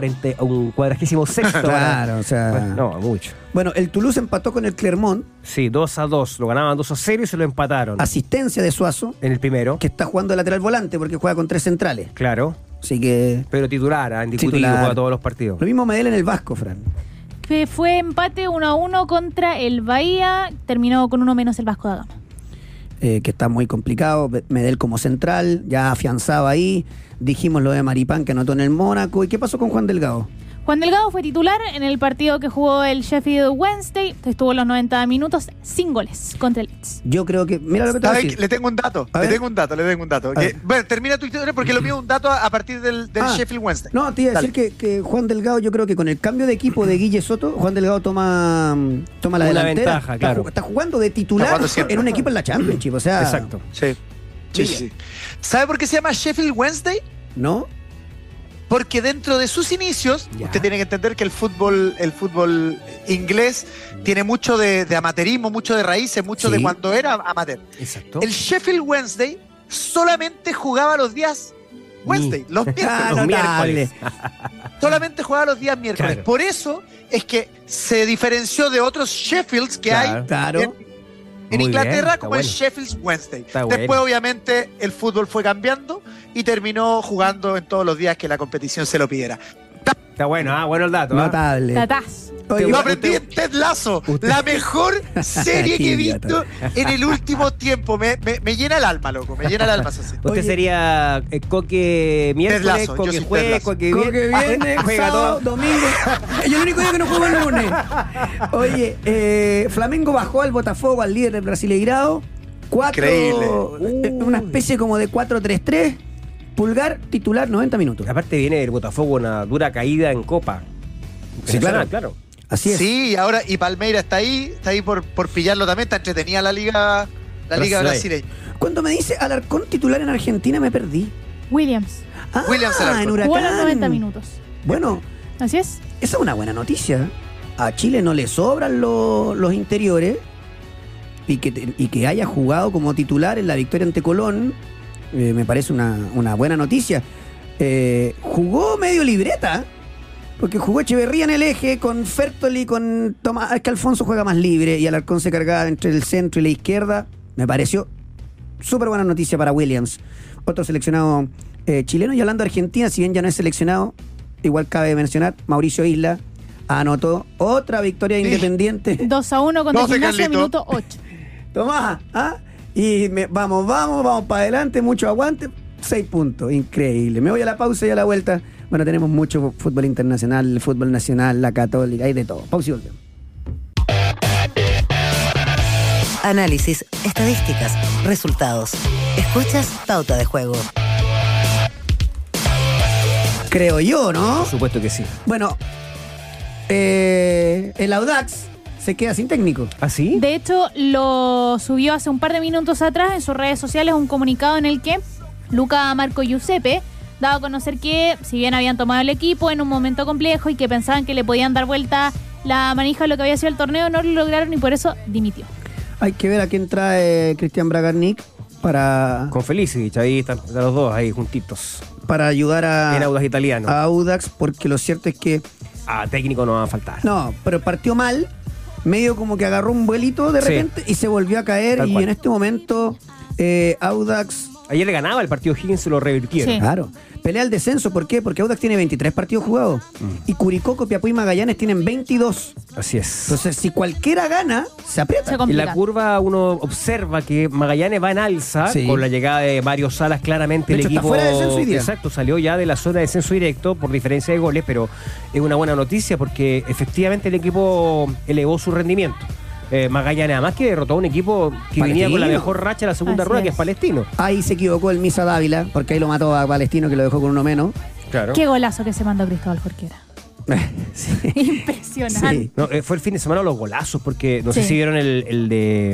46º.
claro, o sea.
No, mucho.
Bueno, el Toulouse empató con el Clermont,
Sí, 2-2. Lo ganaban 2-0 y se lo empataron.
asistencia de Suazo,
En el primero.
que está jugando de lateral volante porque juega con 3 centrales.
Claro.
Así que.
Pero titular, indiscutible,
Titular.
juega todos los partidos.
Lo mismo Medel en el Vasco, Fran.
Que fue empate 1-1 contra el Bahía, terminó con uno menos el Vasco da Gama.
Que está muy complicado. Medel como central, ya afianzado ahí. Dijimos lo de Maripán que anotó en el Mónaco. ¿Y qué pasó con Juan Delgado?
Juan Delgado fue titular en el partido que jugó el Sheffield Wednesday, estuvo los 90 minutos sin goles contra el Leeds.
Yo creo que. Mira lo que te voy a
¿Sabes
decir.
qué? Le tengo un dato,
A
le
ver.
tengo un dato.
A
Que-
ver.
bueno, termina tu historia porque lo mío es un dato a partir del
Ah,
Sheffield Wednesday.
No, te iba a
Dale.
decir que Juan Delgado, yo creo que con el cambio de equipo de Guille Soto, Juan Delgado toma la
Una
delantera.
ventaja,
Está
claro.
Está jugando de titular
Está jugando siempre.
en un equipo en la Championship. O sea,
Exacto.
Sí. Sí. ¿Sabe por qué se llama Sheffield Wednesday?
¿no?
Porque dentro de sus inicios,
Ya.
usted tiene que entender que el fútbol inglés tiene mucho de amateurismo, mucho de raíces, mucho
Sí.
de cuando era amateur.
Exacto.
El Sheffield Wednesday solamente jugaba los días Wednesday, los miércoles.
Ah,
Los
notable.
miércoles.
Solamente jugaba los días miércoles.
Claro.
Por eso es que se diferenció de otros Sheffields que
Claro.
hay
Claro.
en
Muy
Inglaterra,
bien, está
como el
bueno.
Sheffield Wednesday.
Está
Después,
bueno.
obviamente, el fútbol fue cambiando y terminó jugando en todos los días que la competición se lo pidiera.
Está bueno, bueno el dato.
Notable.
Tatás.
Oye,
Lo
Usted-
aprendí en Ted Lasso, la mejor serie que he visto en el último tiempo. Me llena el alma, loco. Me llena el alma, eso sí.
Usted
Oye.
sería Coque miércoles,
Lazo, yo
Coque
soy Ted
jueves,
Lazo.
Coque
Coque viernes,
juega
sábado,
todo.
domingo. Yo el único día que no juego es el lunes. Oye, Flamengo bajó al Botafogo, al líder del Brasileirao.
Increíble.
Una especie como de 4-3-3. Pulgar, titular, 90 minutos.
Aparte viene el Botafogo una dura caída en Copa.
Sí, claro.
claro.
Así es.
Sí, y Palmeira está ahí por pillarlo también. Está entretenida la liga
Brasileña.
brasileña.
Cuando me dice Alarcón titular en Argentina, me perdí.
Williams.
Ah,
Williams Alarcón.
en Huracán.
Jugó los 90 minutos.
Bueno,
Así es.
esa es una buena noticia. A Chile no le sobran los interiores y que haya jugado como titular en la victoria ante Colón, me parece una buena noticia. Jugó medio libreta, porque jugó Echeverría en el eje con Fertoli, con Tomás. Es que Alfonso juega más libre y Alarcón se cargaba entre el centro y la izquierda. Me pareció súper buena noticia para Williams, otro seleccionado chileno. Y hablando de Argentina, si bien ya no es seleccionado, igual cabe mencionar, Mauricio Isla anotó otra victoria independiente.
2-1 contra
12,
Gimnasia,
Carlito.
minuto 8.
Tomás, ¿ah? Y vamos para adelante, mucho aguante. 6 puntos, increíble. Me voy a la pausa y a la vuelta Bueno, tenemos mucho fútbol internacional, fútbol nacional, la Católica, hay de todo. Pausa y volvemos.
Análisis, estadísticas, resultados. Escuchas Pauta de Juego.
Creo yo, ¿no?
Por supuesto que sí.
Bueno, el Audax se queda sin técnico.
¿Ah, sí?
De hecho, lo subió hace un par de minutos atrás en sus redes sociales un comunicado en el que Luca Marco Giuseppe daba a conocer que, si bien habían tomado el equipo en un momento complejo y que pensaban que le podían dar vuelta la manija a lo que había sido el torneo, no lo lograron y por eso dimitió.
Hay que ver a quién trae Cristian Bragarnik para
Con Felicich, ahí están los dos, ahí juntitos.
ayudar
En Audax italiano.
a Audax, porque lo cierto es que
Técnico no va a faltar.
no, pero partió mal, medio como que agarró un vuelito de
Sí.
repente y se volvió a caer.
Tal
Y
cual.
en este momento Audax,
Ayer le ganaba el partido Higgins, se lo revirtieron.
Sí.
claro, pelea el descenso. ¿Por qué? Porque Audax tiene 23 partidos jugados y Curicó, Copiapó y Magallanes tienen 22.
Así es.
Entonces, si cualquiera gana, se aprieta.
Se
En
complica.
la curva uno observa que Magallanes va en alza
Sí.
con la llegada de Mario Salas. Claramente
De
el
hecho, está
equipo
fuera de descenso hoy día.
exacto, salió ya de la zona de descenso directo por diferencia de goles, pero es una buena noticia porque efectivamente el equipo elevó su rendimiento. Magallanes además que derrotó a un equipo que venía con la
Palestino.
mejor racha de la segunda
Así
rueda, que
es.
es Palestino.
Ahí se equivocó el Misa Dávila, porque ahí lo mató a Palestino, que lo dejó con uno menos.
Claro.
Qué golazo que se mandó Cristóbal Jorquera.
Sí.
Impresionante.
Sí.
No, fue el fin de semana los golazos, porque no sé
Sí.
si vieron el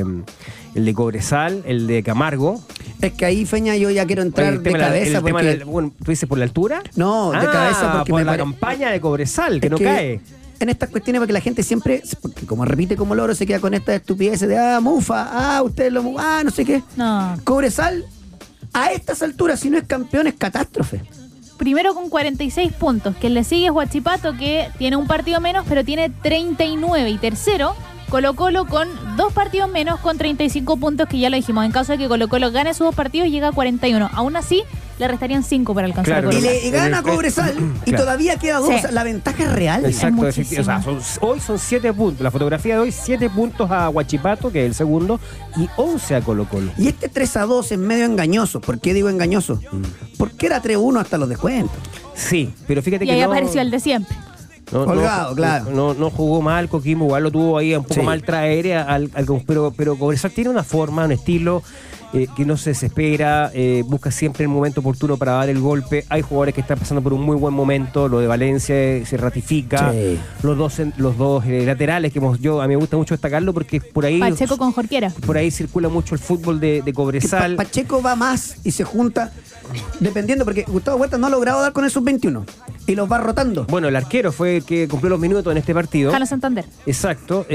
de Cobresal, el de Camargo.
Es que ahí, Feña, yo ya quiero entrar
El
de
tema de la-
cabeza.
el tema
porque...
de la- bueno, ¿tú dices por la altura?
No, de cabeza porque
por
me
la
pare-
campaña de Cobresal, que
Es
no cae.
En estas cuestiones, porque la gente siempre, porque como repite como loro, se queda con esta estupidez de mufa, ustedes no sé qué.
No.
Cobresal, a estas alturas, si no es campeón, es catástrofe.
Primero con 46 puntos. Quien le sigue es Huachipato, que tiene un partido menos, pero tiene 39. Y tercero, Colo-Colo con 2 partidos menos, con 35 puntos, que ya lo dijimos. En caso de que Colo-Colo gane sus 2 partidos, llega a 41. Aún así, le restarían 5 para alcanzar
Claro.
a
Y
Colo-Colo.
le gana a
En el-
Cobresal y
Claro.
todavía queda 2.
Sí.
O sea, la ventaja es real.
Exacto,
muchísimo.
o sea, hoy son 7 puntos. La fotografía de hoy, 7 puntos a Huachipato, que es el segundo, y 11 a Colo-Colo.
Y este 3-2 es medio engañoso. ¿Por qué digo engañoso? Porque era 3-1 hasta los descuentos.
Sí, pero fíjate
Y
que
ahí
no,
apareció el de siempre.
Holgado, claro.
No jugó mal Coquimbo, igual lo tuvo ahí un poco
Sí.
mal traer pero Cobresal tiene una forma, un estilo que no se desespera, busca siempre el momento oportuno para dar el golpe. Hay jugadores que están pasando por un muy buen momento, lo de Valencia se ratifica,
Sí.
los dos laterales que a mí me gusta mucho destacarlo porque por ahí
Pacheco con Jorquera.
por ahí circula mucho el fútbol de
Que
Cobresal.
Pacheco va más y se junta, dependiendo, porque Gustavo Huerta no ha logrado dar con el sub-21 y los va rotando.
Bueno, el arquero fue el que cumplió los minutos en este partido.
Jano Santander.
Exacto,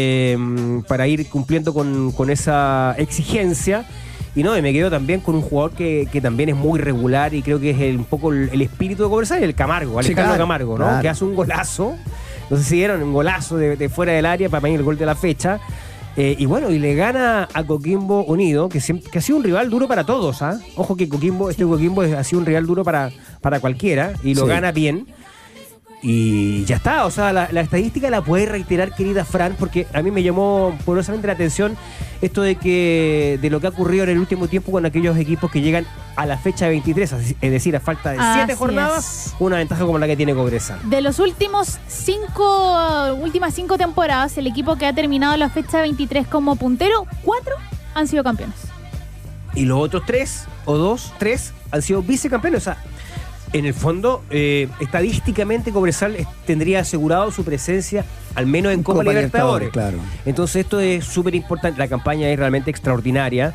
para ir cumpliendo con esa exigencia. Y me quedo también con un jugador que también es muy regular y creo que es un poco el espíritu de Cobresal, el Camargo, Alejandro
claro,
Camargo, ¿no?
claro.
Que hace un golazo. No sé si vieron un golazo de fuera del área para mí el gol de la fecha. Y le gana a Coquimbo Unido, que ha sido un rival duro para todos. ¿Ah? Ojo que Coquimbo ha sido un rival duro para cualquiera y lo
Sí.
gana bien. Y ya está, o sea, la estadística la puede reiterar, querida Fran, porque a mí me llamó poderosamente la atención esto de lo que ha ocurrido en el último tiempo con aquellos equipos que llegan a la fecha 23, es decir, a falta de 7
Así
jornadas,
es.
una ventaja como la que tiene Cobresal.
De los últimas 5 temporadas, el equipo que ha terminado la fecha 23 como puntero, 4 han sido campeones.
Y los otros 3 han sido vicecampeones, o sea, en el fondo, estadísticamente Cobresal tendría asegurado su presencia al menos en Copa Libertadores.
Claro.
Entonces esto es súper importante, la campaña es realmente extraordinaria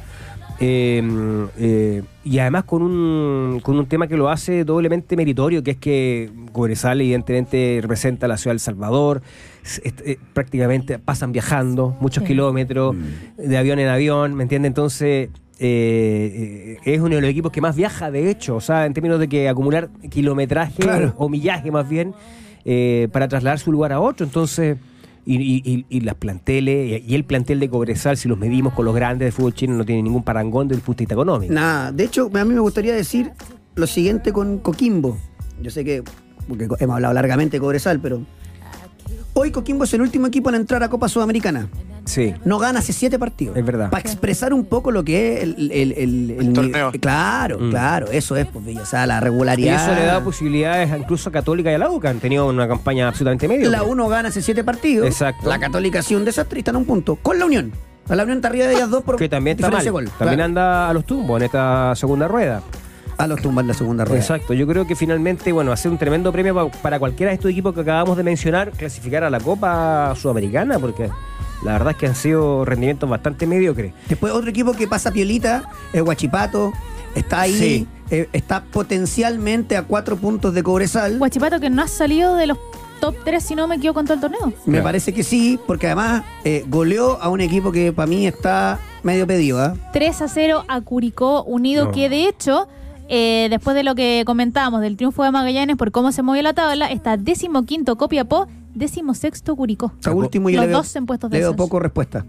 y además con un tema que lo hace doblemente meritorio, que es que Cobresal evidentemente representa a la ciudad de El Salvador, prácticamente pasan viajando muchos
Sí.
kilómetros de avión en avión, ¿me entiendes? Entonces es uno de los equipos que más viaja, de hecho, o sea, en términos de que acumular kilometraje
Claro.
o millaje más bien para trasladar su lugar a otro. Entonces, y las planteles, y el plantel de Cobresal, si los medimos con los grandes de fútbol chino, no tiene ningún parangón desde el punto de vista económico.
Nada, de hecho, a mí me gustaría decir lo siguiente con Coquimbo. Yo sé que, porque hemos hablado largamente de Cobresal, pero hoy Coquimbo es el último equipo en entrar a Copa Sudamericana.
Sí.
No gana hace 7 partidos.
Es verdad.
Para expresar un poco lo que es el
torneo.
Claro, claro, eso es, pues, o sea, la
Y
regularidad.
eso le da posibilidades incluso a Católica y a la U, que han tenido una campaña absolutamente medio.
La U no gana hace 7 partidos.
Exacto.
La Católica ha sido un desastre y están a un punto. Con la Unión. A la Unión está arriba de ellas 2 por
Que también está mal.
diferencia de gol.
También
Claro.
anda a los tumbos en esta segunda rueda.
A los tumbas en la segunda rueda.
Exacto, yo creo que finalmente, bueno, va a ser un tremendo premio para cualquiera de estos equipos que acabamos de mencionar, clasificar a la Copa Sudamericana, porque la verdad es que han sido rendimientos bastante mediocres.
Después otro equipo que pasa piolita es Huachipato. Está ahí.
Sí.
Está potencialmente a 4 puntos de Cobresal.
Huachipato que no ha salido de los top 3, si no me equivoco, en todo el torneo.
Me
Claro.
parece que sí, porque además goleó a un equipo que para mí está medio pedido.
3-0 a Curicó Unido,
No.
que de hecho, después de lo que comentábamos del triunfo de Magallanes por cómo se movió la tabla, está 15º Copiapó, 16º Curicó.
O sea, último yo
Los
le veo,
dos en puestos de
le veo
descenso.
poco respuesta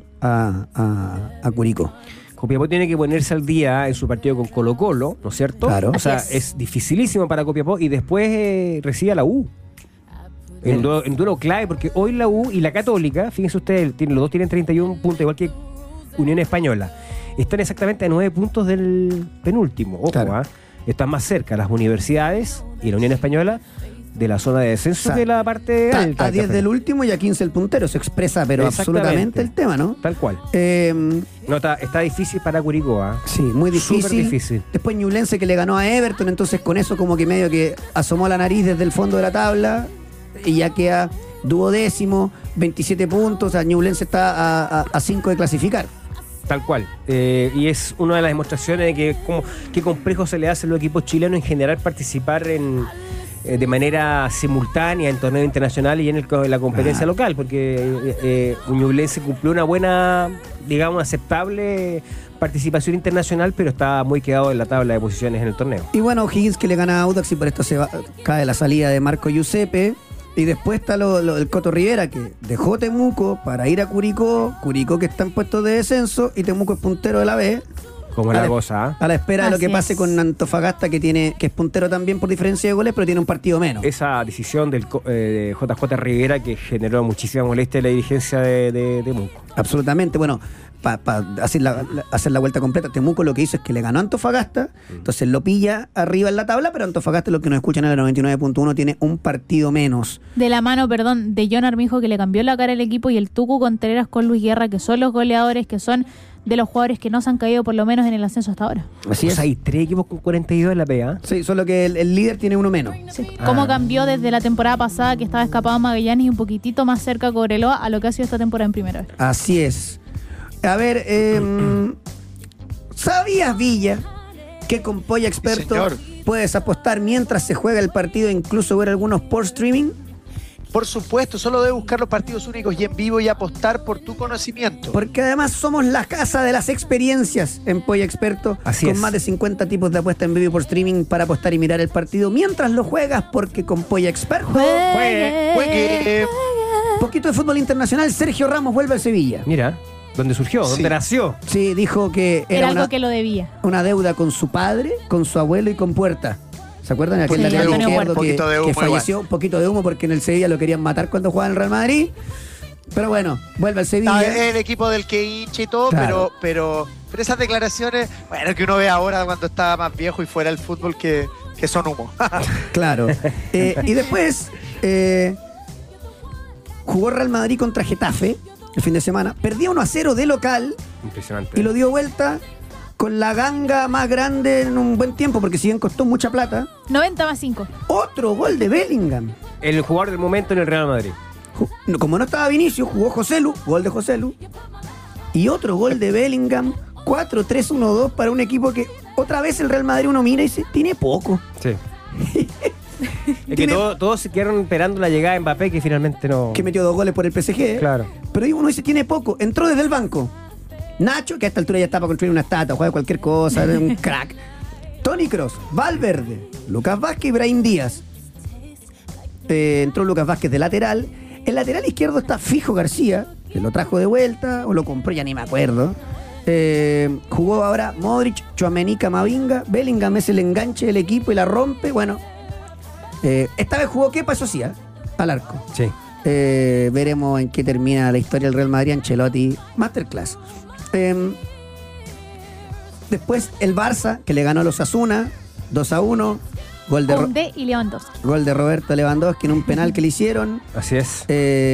a Curicó.
Copiapó tiene que ponerse al día en su partido con Colo-Colo, ¿no es cierto?
Claro.
O sea,
Así es.
es dificilísimo para Copiapó y después recibe a la U. En duelo clave, porque hoy la U y la Católica, fíjense ustedes, los dos tienen 31 puntos, igual que Unión Española. Están exactamente a 9 puntos del penúltimo. Ojo,
Claro.
están más cerca las universidades y la Unión Española de la zona de descenso
O sea,
que la parte
Está
alta.
a 10 del último y a 15 el puntero. Se expresa, pero
Exactamente.
absolutamente el tema, ¿no?
Tal cual. No, está difícil para Curicó.
Sí, muy difícil.
Súper difícil.
Después Ñublense que le ganó a Everton, entonces con eso como que medio que asomó la nariz desde el fondo de la tabla y ya queda 12º, 27 puntos. O sea, Ñublense está a 5 de clasificar.
Tal cual. Y es una de las demostraciones de que qué complejo se le hace a los equipos chilenos en general participar de manera simultánea en torneos internacionales y en la competencia local, porque Ñublense cumplió una buena, digamos, aceptable participación internacional, pero está muy quedado en la tabla de posiciones en el torneo.
Y bueno, O'Higgins que le gana a Audax y por esto cae la salida de Marco Giuseppe. Y después está el Coto Rivera que dejó Temuco para ir a Curicó. Curicó que está en puestos de descenso y Temuco es puntero de la B.
Como
A
la
la-
cosa,
A la espera de lo
Así
que pase
es.
con Antofagasta que es puntero también por diferencia de goles, pero tiene un partido menos.
esa decisión del de JJ Rivera que generó muchísima molestia en la dirigencia de Temuco.
Absolutamente. Bueno, para hacer la vuelta completa, Temuco lo que hizo es que le ganó a Antofagasta, entonces lo pilla arriba en la tabla, pero Antofagasta, los que nos escuchan en el 99.1, tiene un partido menos.
De la mano, perdón, de John Armijo, que le cambió la cara al equipo, y el Tucu Contreras con Luis Guerra, que son los goleadores, que son de los jugadores que no se han caído por lo menos en el ascenso hasta ahora.
Así
O
es.
sea, hay 3 equipos con 42 en la PA.
Sí, solo que el líder tiene uno menos.
Sí. Cómo cambió desde la temporada pasada, que estaba escapado Magallanes y un poquitito más cerca Cobreloa, a lo que ha sido esta temporada en primera vez.
Así es. A ver, ¿sabías, Villa, que con Polla Experto
señor.
puedes apostar mientras se juega el partido e incluso ver algunos por streaming?
Por supuesto, solo debes buscar los partidos únicos y en vivo y apostar por tu conocimiento.
Porque además somos la casa de las experiencias en Polla Experto,
Así
con
es.
más de 50 tipos de apuesta en vivo y por streaming para apostar y mirar el partido mientras lo juegas, porque con Polla Experto,
Juegue.
poquito de fútbol internacional, Sergio Ramos vuelve al Sevilla.
Mira, ¿dónde surgió?
Sí.
¿Dónde nació?
Sí, dijo que
Era
era
algo
una,
que lo debía.
una deuda con su padre, con su abuelo y con Puerta. ¿Se acuerdan? Aquel
Sí,
lateral
Antonio
izquierdo
Puerta.
que,
Poquito de humo
que falleció, un poquito de humo porque en el Sevilla lo querían matar cuando jugaba en el Real Madrid. Pero bueno, vuelve al Sevilla.
Es el equipo del que hincha y todo,
Claro.
pero esas declaraciones, bueno, que uno ve ahora cuando está más viejo y fuera del fútbol que son humo.
Claro. Y después jugó Real Madrid contra Getafe el fin de semana. Perdía 1-0 de local
Impresionante.
y lo dio vuelta con la ganga más grande en un buen tiempo, porque si bien costó mucha plata.
90+5.
Otro gol de Bellingham.
El jugador del momento en el Real Madrid.
Como no estaba Vinicius, jugó Joselu, gol de Joselu. Y otro gol de Bellingham, 4-3-1-2 para un equipo que otra vez el Real Madrid uno mira y dice, tiene poco.
Sí. Es que
Tiene-
todos se quedaron esperando la llegada de Mbappé, que finalmente no.
Que metió 2 goles por el PSG.
Claro.
Pero ahí uno dice, tiene poco. Entró desde el banco. Nacho, que a esta altura ya está para construir una estatua, juega cualquier cosa, es un crack. Toni Kroos, Valverde, Lucas Vázquez y Brahim Díaz. Entró Lucas Vázquez de lateral. El lateral izquierdo está Fijo García, que lo trajo de vuelta, o lo compró, ya ni me acuerdo. Jugó ahora Modric, Tchouaméni, Camavinga. Bellingham es el enganche del equipo y la rompe. Bueno, esta vez jugó Kepa, eso sí, al arco.
Sí.
Veremos en qué termina la historia del Real Madrid. Ancelotti, masterclass. Después el Barça, que le ganó a los Osasuna 2-1. Gol de,
Koundé y Lewandowski.
gol de Roberto Lewandowski en un penal que le hicieron.
Así es.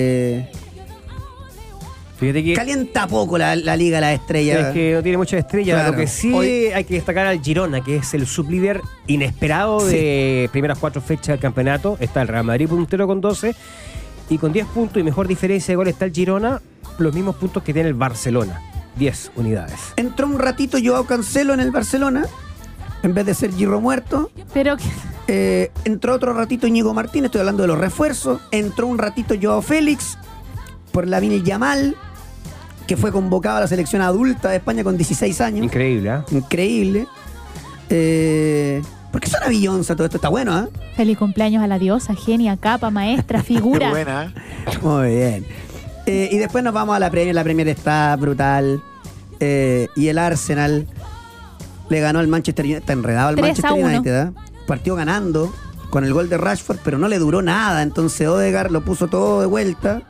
Fíjate que
Calienta poco la Liga de las Estrellas.
es que no tiene mucha estrella.
Claro.
Lo que sí
Hoy-
hay que destacar al Girona, que es el sublíder inesperado de primeras 4 fechas del campeonato. Está el Real Madrid puntero con 12 y con 10 puntos y mejor diferencia de gol está el Girona, los mismos puntos que tiene el Barcelona, 10 unidades.
Entró un ratito Joao Cancelo en el Barcelona, en vez de ser Girro muerto.
Pero
Entró otro ratito Íñigo Martínez, estoy hablando de los refuerzos. Entró un ratito Joao Félix por Lamine Yamal, que fue convocado a la selección adulta de España con 16 años.
Increíble, ¿eh?
Increíble. ¿Por qué suena Beyoncé todo esto? Está bueno, ¿eh?
feliz cumpleaños a la diosa, genia, capa, maestra,
Qué
figura.
buena, ¿eh?
Muy bien. Y después nos vamos a la Premier. La Premier está brutal. Y el Arsenal le ganó al Manchester United. Está enredado al
3-1.
Manchester United, ¿eh? Partió ganando con el gol de Rashford, pero no le duró nada. Entonces Odegaard lo puso todo de vuelta.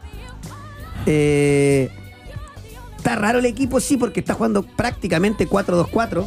Está raro el equipo, sí, porque está jugando prácticamente 4-2-4.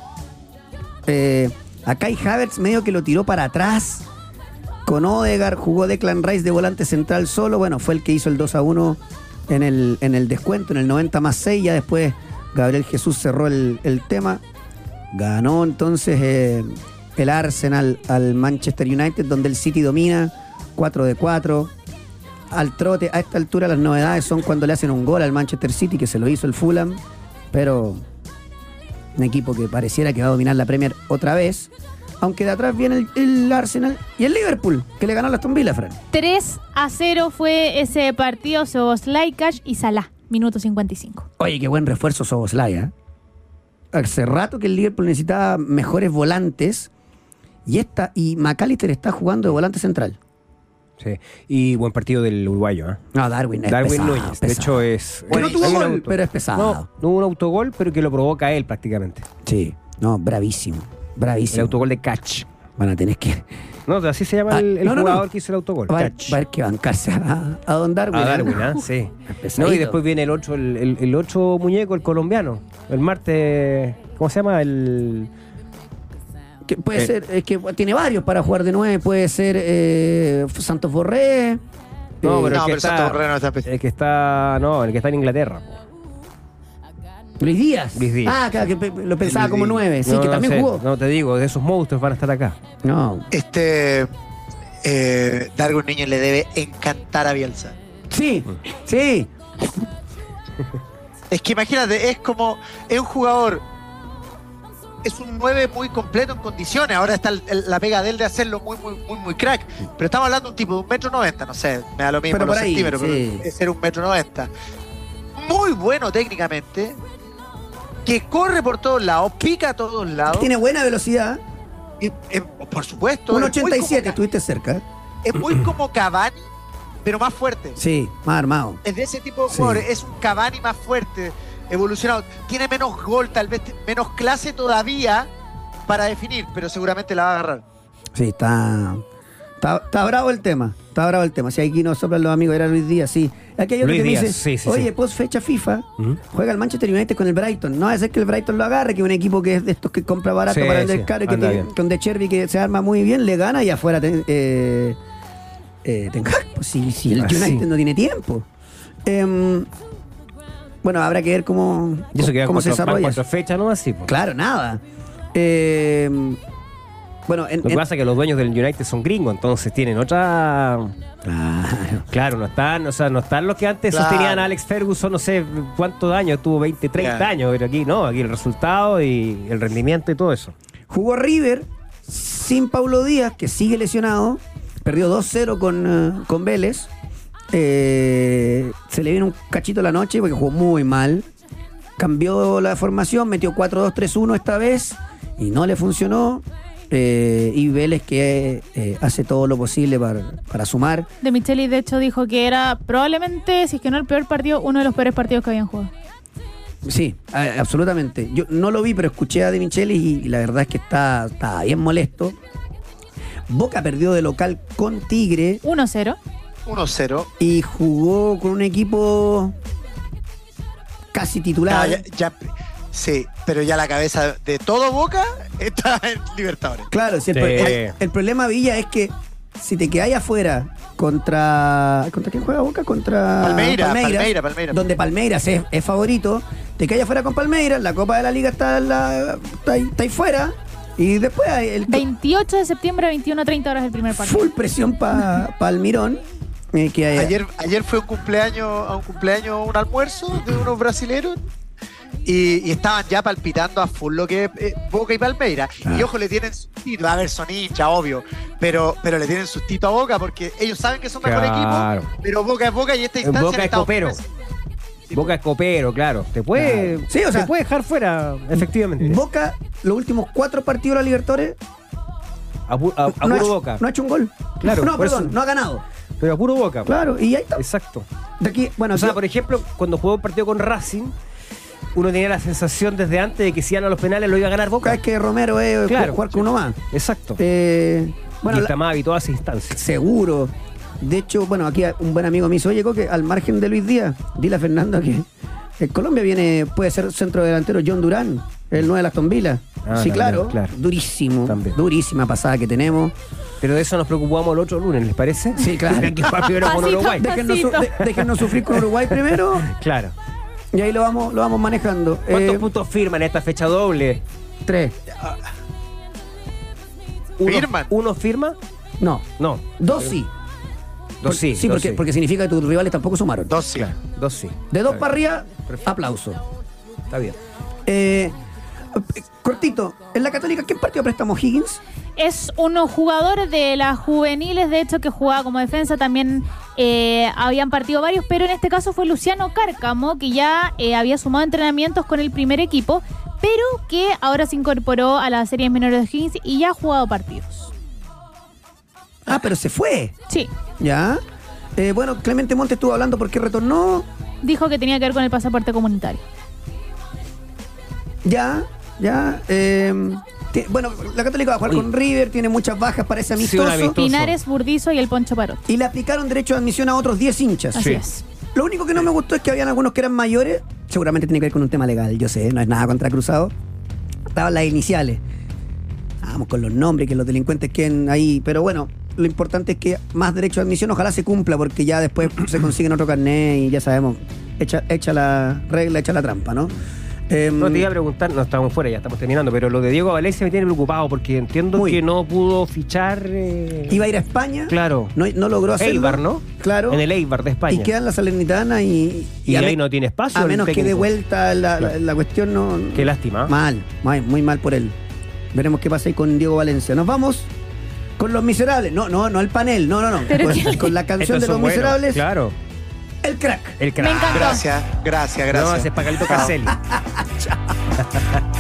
Acá y Havertz medio que lo tiró para atrás. Con Odegaard jugó Declan Rice de volante central solo. Bueno, fue el que hizo el 2-1 en el descuento, en el 90+6. Ya después Gabriel Jesús cerró el tema. Ganó entonces el Arsenal al Manchester United, donde el City domina 4-4. Al trote, a esta altura las novedades son cuando le hacen un gol al Manchester City, que se lo hizo el Fulham, pero un equipo que pareciera que va a dominar la Premier otra vez. Aunque de atrás viene el Arsenal y el Liverpool, que le ganó a la Aston Villa, Fran.
3-0 fue ese partido, Szoboszlai, Cash y Salah, minuto 55.
Oye, qué buen refuerzo Szoboszlai, ¿eh? Hace rato que el Liverpool necesitaba mejores volantes y McAllister está jugando de volante central.
Sí. Y buen partido del uruguayo, ¿eh?
No, Darwin es
Darwin
pesado,
Núñez.
pesado.
De hecho, es.
Que no tuvo
es un
gol,
auto-
pero es pesado.
No hubo un autogol, pero que lo provoca él prácticamente.
Sí, no, bravísimo.
El
Bravísimo.
autogol de Catch.
Van a tener que...
No, así se llama el
no,
jugador que hizo el autogol.
Va a
Catch.
haber que bancarse a Don Darwin.
A Darwin, ¿ah? Sí.
Pesadito.
No, y después viene el otro muñeco, el colombiano. El martes. ¿Cómo se llama?
Que puede ser, es que tiene varios para jugar de 9. Puede ser Santos Borré.
No, pero
No,
el que
pero Santos
está.
Borré no está pe-
El que está. No, el que está en Inglaterra.
Luis Díaz.
Luis Díaz.
Ah, claro, que lo pensaba
Luis
como
Díaz.
9. Sí,
No,
que
no
también
sé,
jugó.
No te digo, de esos monstruos van a estar acá.
No.
Darwin Núñez le debe encantar a Bielsa.
Sí, sí.
Es que imagínate, es un jugador, es un 9 muy completo en condiciones. Ahora está la pega de él de hacerlo muy crack. Pero estamos hablando de un tipo de 1,90 m, no sé, me da lo mismo
Pero
los
por ahí,
centímetros,
sí.
pero es ser 1,90 m. Muy bueno técnicamente, que corre por todos lados, pica a todos lados.
Tiene buena velocidad.
Por supuesto.
1.87, estuviste cerca.
Es muy como Cavani, pero más fuerte.
Sí, más armado.
Es de ese tipo de
Sí.
jugadores, es un Cavani más fuerte, evolucionado. Tiene menos gol, tal vez menos clase todavía para definir, pero seguramente la va a agarrar.
Sí, está bravo el tema. Está bravo el tema. Si aquí nos soplan los amigos, era Luis Díaz, sí. Aquí hay otro
Luis
que me
Díaz,
dice,
sí,
oye,
sí.
post fecha FIFA,
Ujú.
juega el Manchester United con el Brighton. No va a ser que el Brighton lo agarre, que un equipo que es de estos que compra barato
Sí,
para vender
sí,
caro y que
anda
tiene,
bien.
con De Chervi que se arma muy bien, le gana y afuera Ten Hag, pues si el
Así.
United no tiene tiempo. Bueno, habrá que ver cómo
Y eso que
se desarrolla.
4 fechas, ¿no? Así, pues.
Claro, nada. Bueno,
Lo que pasa es que los dueños del United son gringos, entonces tienen otra.
Claro.
Claro, no están los que antes
Claro.
sostenían a Alex Ferguson, no sé cuántos años, tuvo 20, 30
Claro.
años, pero aquí no, aquí el resultado y el rendimiento y todo eso.
Jugó River sin Paulo Díaz, que sigue lesionado. Perdió 2-0 con Vélez. Se le vino un cachito la noche porque jugó muy mal. Cambió la formación, metió 4-2-3-1 esta vez y no le funcionó. Y Vélez que hace todo lo posible para sumar.
De Micheli, de hecho, dijo que era probablemente, si es que no el peor partido, uno de los peores partidos que habían jugado.
Sí, absolutamente. Yo no lo vi, pero escuché a De Michelis y la verdad es que está bien molesto. Boca perdió de local con Tigre.
1-0.
1-0.
Y jugó con un equipo casi titular.
Sí, pero ya la cabeza de todo Boca está en Libertadores.
Claro, si
Sí.
el problema, Villa, es que si te quedáis afuera ¿contra quién juega Boca? Contra
Palmeiras.
donde Palmeiras es favorito, te quedas afuera con Palmeiras, la Copa de la Liga está ahí fuera, y después hay el
28 de septiembre, 21:30 horas el primer partido.
full presión para Almirón. Que hay,
Ayer fue un un almuerzo de unos brasileros y estaban ya palpitando a full lo que es Boca y Palmeiras. Y ojo, le tienen sustito. A ver, son hinchas, obvio, pero le tienen sustito a Boca porque ellos saben que son mejor
Claro.
equipo, pero Boca es Boca y esta instancia
Boca
han
es
estado
copero.
firmes.
Boca es copero, claro. Te puede,
Claro. Sí, o sea,
te puede dejar fuera, efectivamente.
Boca, los últimos 4 partidos de la Libertadores,
A puro
no
Boca.
ha hecho un gol.
Claro,
no,
por
perdón,
eso.
no ha ganado.
Pero a puro Boca.
Claro, y ahí está.
Exacto.
De aquí, bueno,
O sea,
yo-
por ejemplo, cuando jugó un partido con Racing, uno tenía la sensación desde antes de que si iban a los penales lo iba a ganar
cada
Boca.
vez que Romero es
Claro.
jugar con uno más.
Exacto.
Bueno,
y está más habituado a esa instancia.
seguro. De hecho, bueno, aquí un buen amigo me hizo, oye, Coque, al margen de Luis Díaz, dile a Fernando que en Colombia puede ser centro delantero John Durán, el 9 de Aston Villa.
Ah,
Sí,
también,
claro.
claro.
Durísimo.
También.
Durísima pasada que tenemos.
Pero de eso nos preocupamos el otro lunes, ¿les parece?
Sí, claro.
Que juega primero con
Pasito.
Uruguay.
Déjennos sufrir con Uruguay primero
Claro.
y ahí lo vamos manejando.
¿Cuántos puntos firman en esta fecha doble?
3.
¿Firman?
¿Uno firma?
No.
No.
2 sí.
Dos sí.
Sí,
dos
porque significa que tus rivales tampoco sumaron.
2 sí.
Claro, dos sí.
De 2
Está
para
bien.
arriba,
Perfecto.
aplauso.
Está bien.
Cortito, en la Católica, ¿qué partido prestamos Higgins?
Es unos jugadores de las juveniles, de hecho, que jugaba como defensa. También habían partido varios, pero en este caso fue Luciano Cárcamo, que ya había sumado entrenamientos con el primer equipo, pero que ahora se incorporó a las series menores de Higgins y ya ha jugado partidos.
Ah, pero se fue.
Sí,
Ya. Bueno, Clemente Montes estuvo hablando porque retornó.
dijo que tenía que ver con el pasaporte comunitario.
Ya. Bueno, la Católica va a jugar
Oye.
con River, tiene muchas bajas para ese
Sí,
amistoso.
un amistoso.
Pinares, Burdizo y el Poncho Parot.
Y le aplicaron derecho de admisión a otros 10 hinchas.
Así
Sí.
es.
Lo único que no me gustó es que habían algunos que eran mayores. Seguramente tiene que ver con un tema legal, yo sé, no es nada contra Cruzado. Estaban las iniciales. Vamos con los nombres, que los delincuentes queden ahí. Pero bueno, lo importante es que más derecho de admisión ojalá se cumpla, porque ya después se consiguen otro carnet y ya sabemos, echa la regla, echa la trampa, ¿no?
No te iba a preguntar, no estamos fuera, ya estamos terminando, pero lo de Diego Valencia me tiene preocupado porque entiendo
Muy.
que no pudo fichar.
Iba a ir a España.
Claro.
No logró hacerlo.
Eibar, ¿no?
Claro.
En el Eibar de España.
Y queda en la Salernitana y
Y
a
ahí
me-
no tiene espacio.
A
el
menos que
técnico.
de vuelta la
Claro.
cuestión no.
Qué lástima.
Muy mal por él. Veremos qué pasa ahí con Diego Valencia. Nos vamos con Los Miserables. No el panel. No.
Pero
Con la canción
Estos
de Los
son buenos,
Miserables.
Claro.
El crack.
El crack.
Me encantó.
Gracias.
No, ese es para Carlito Caselli.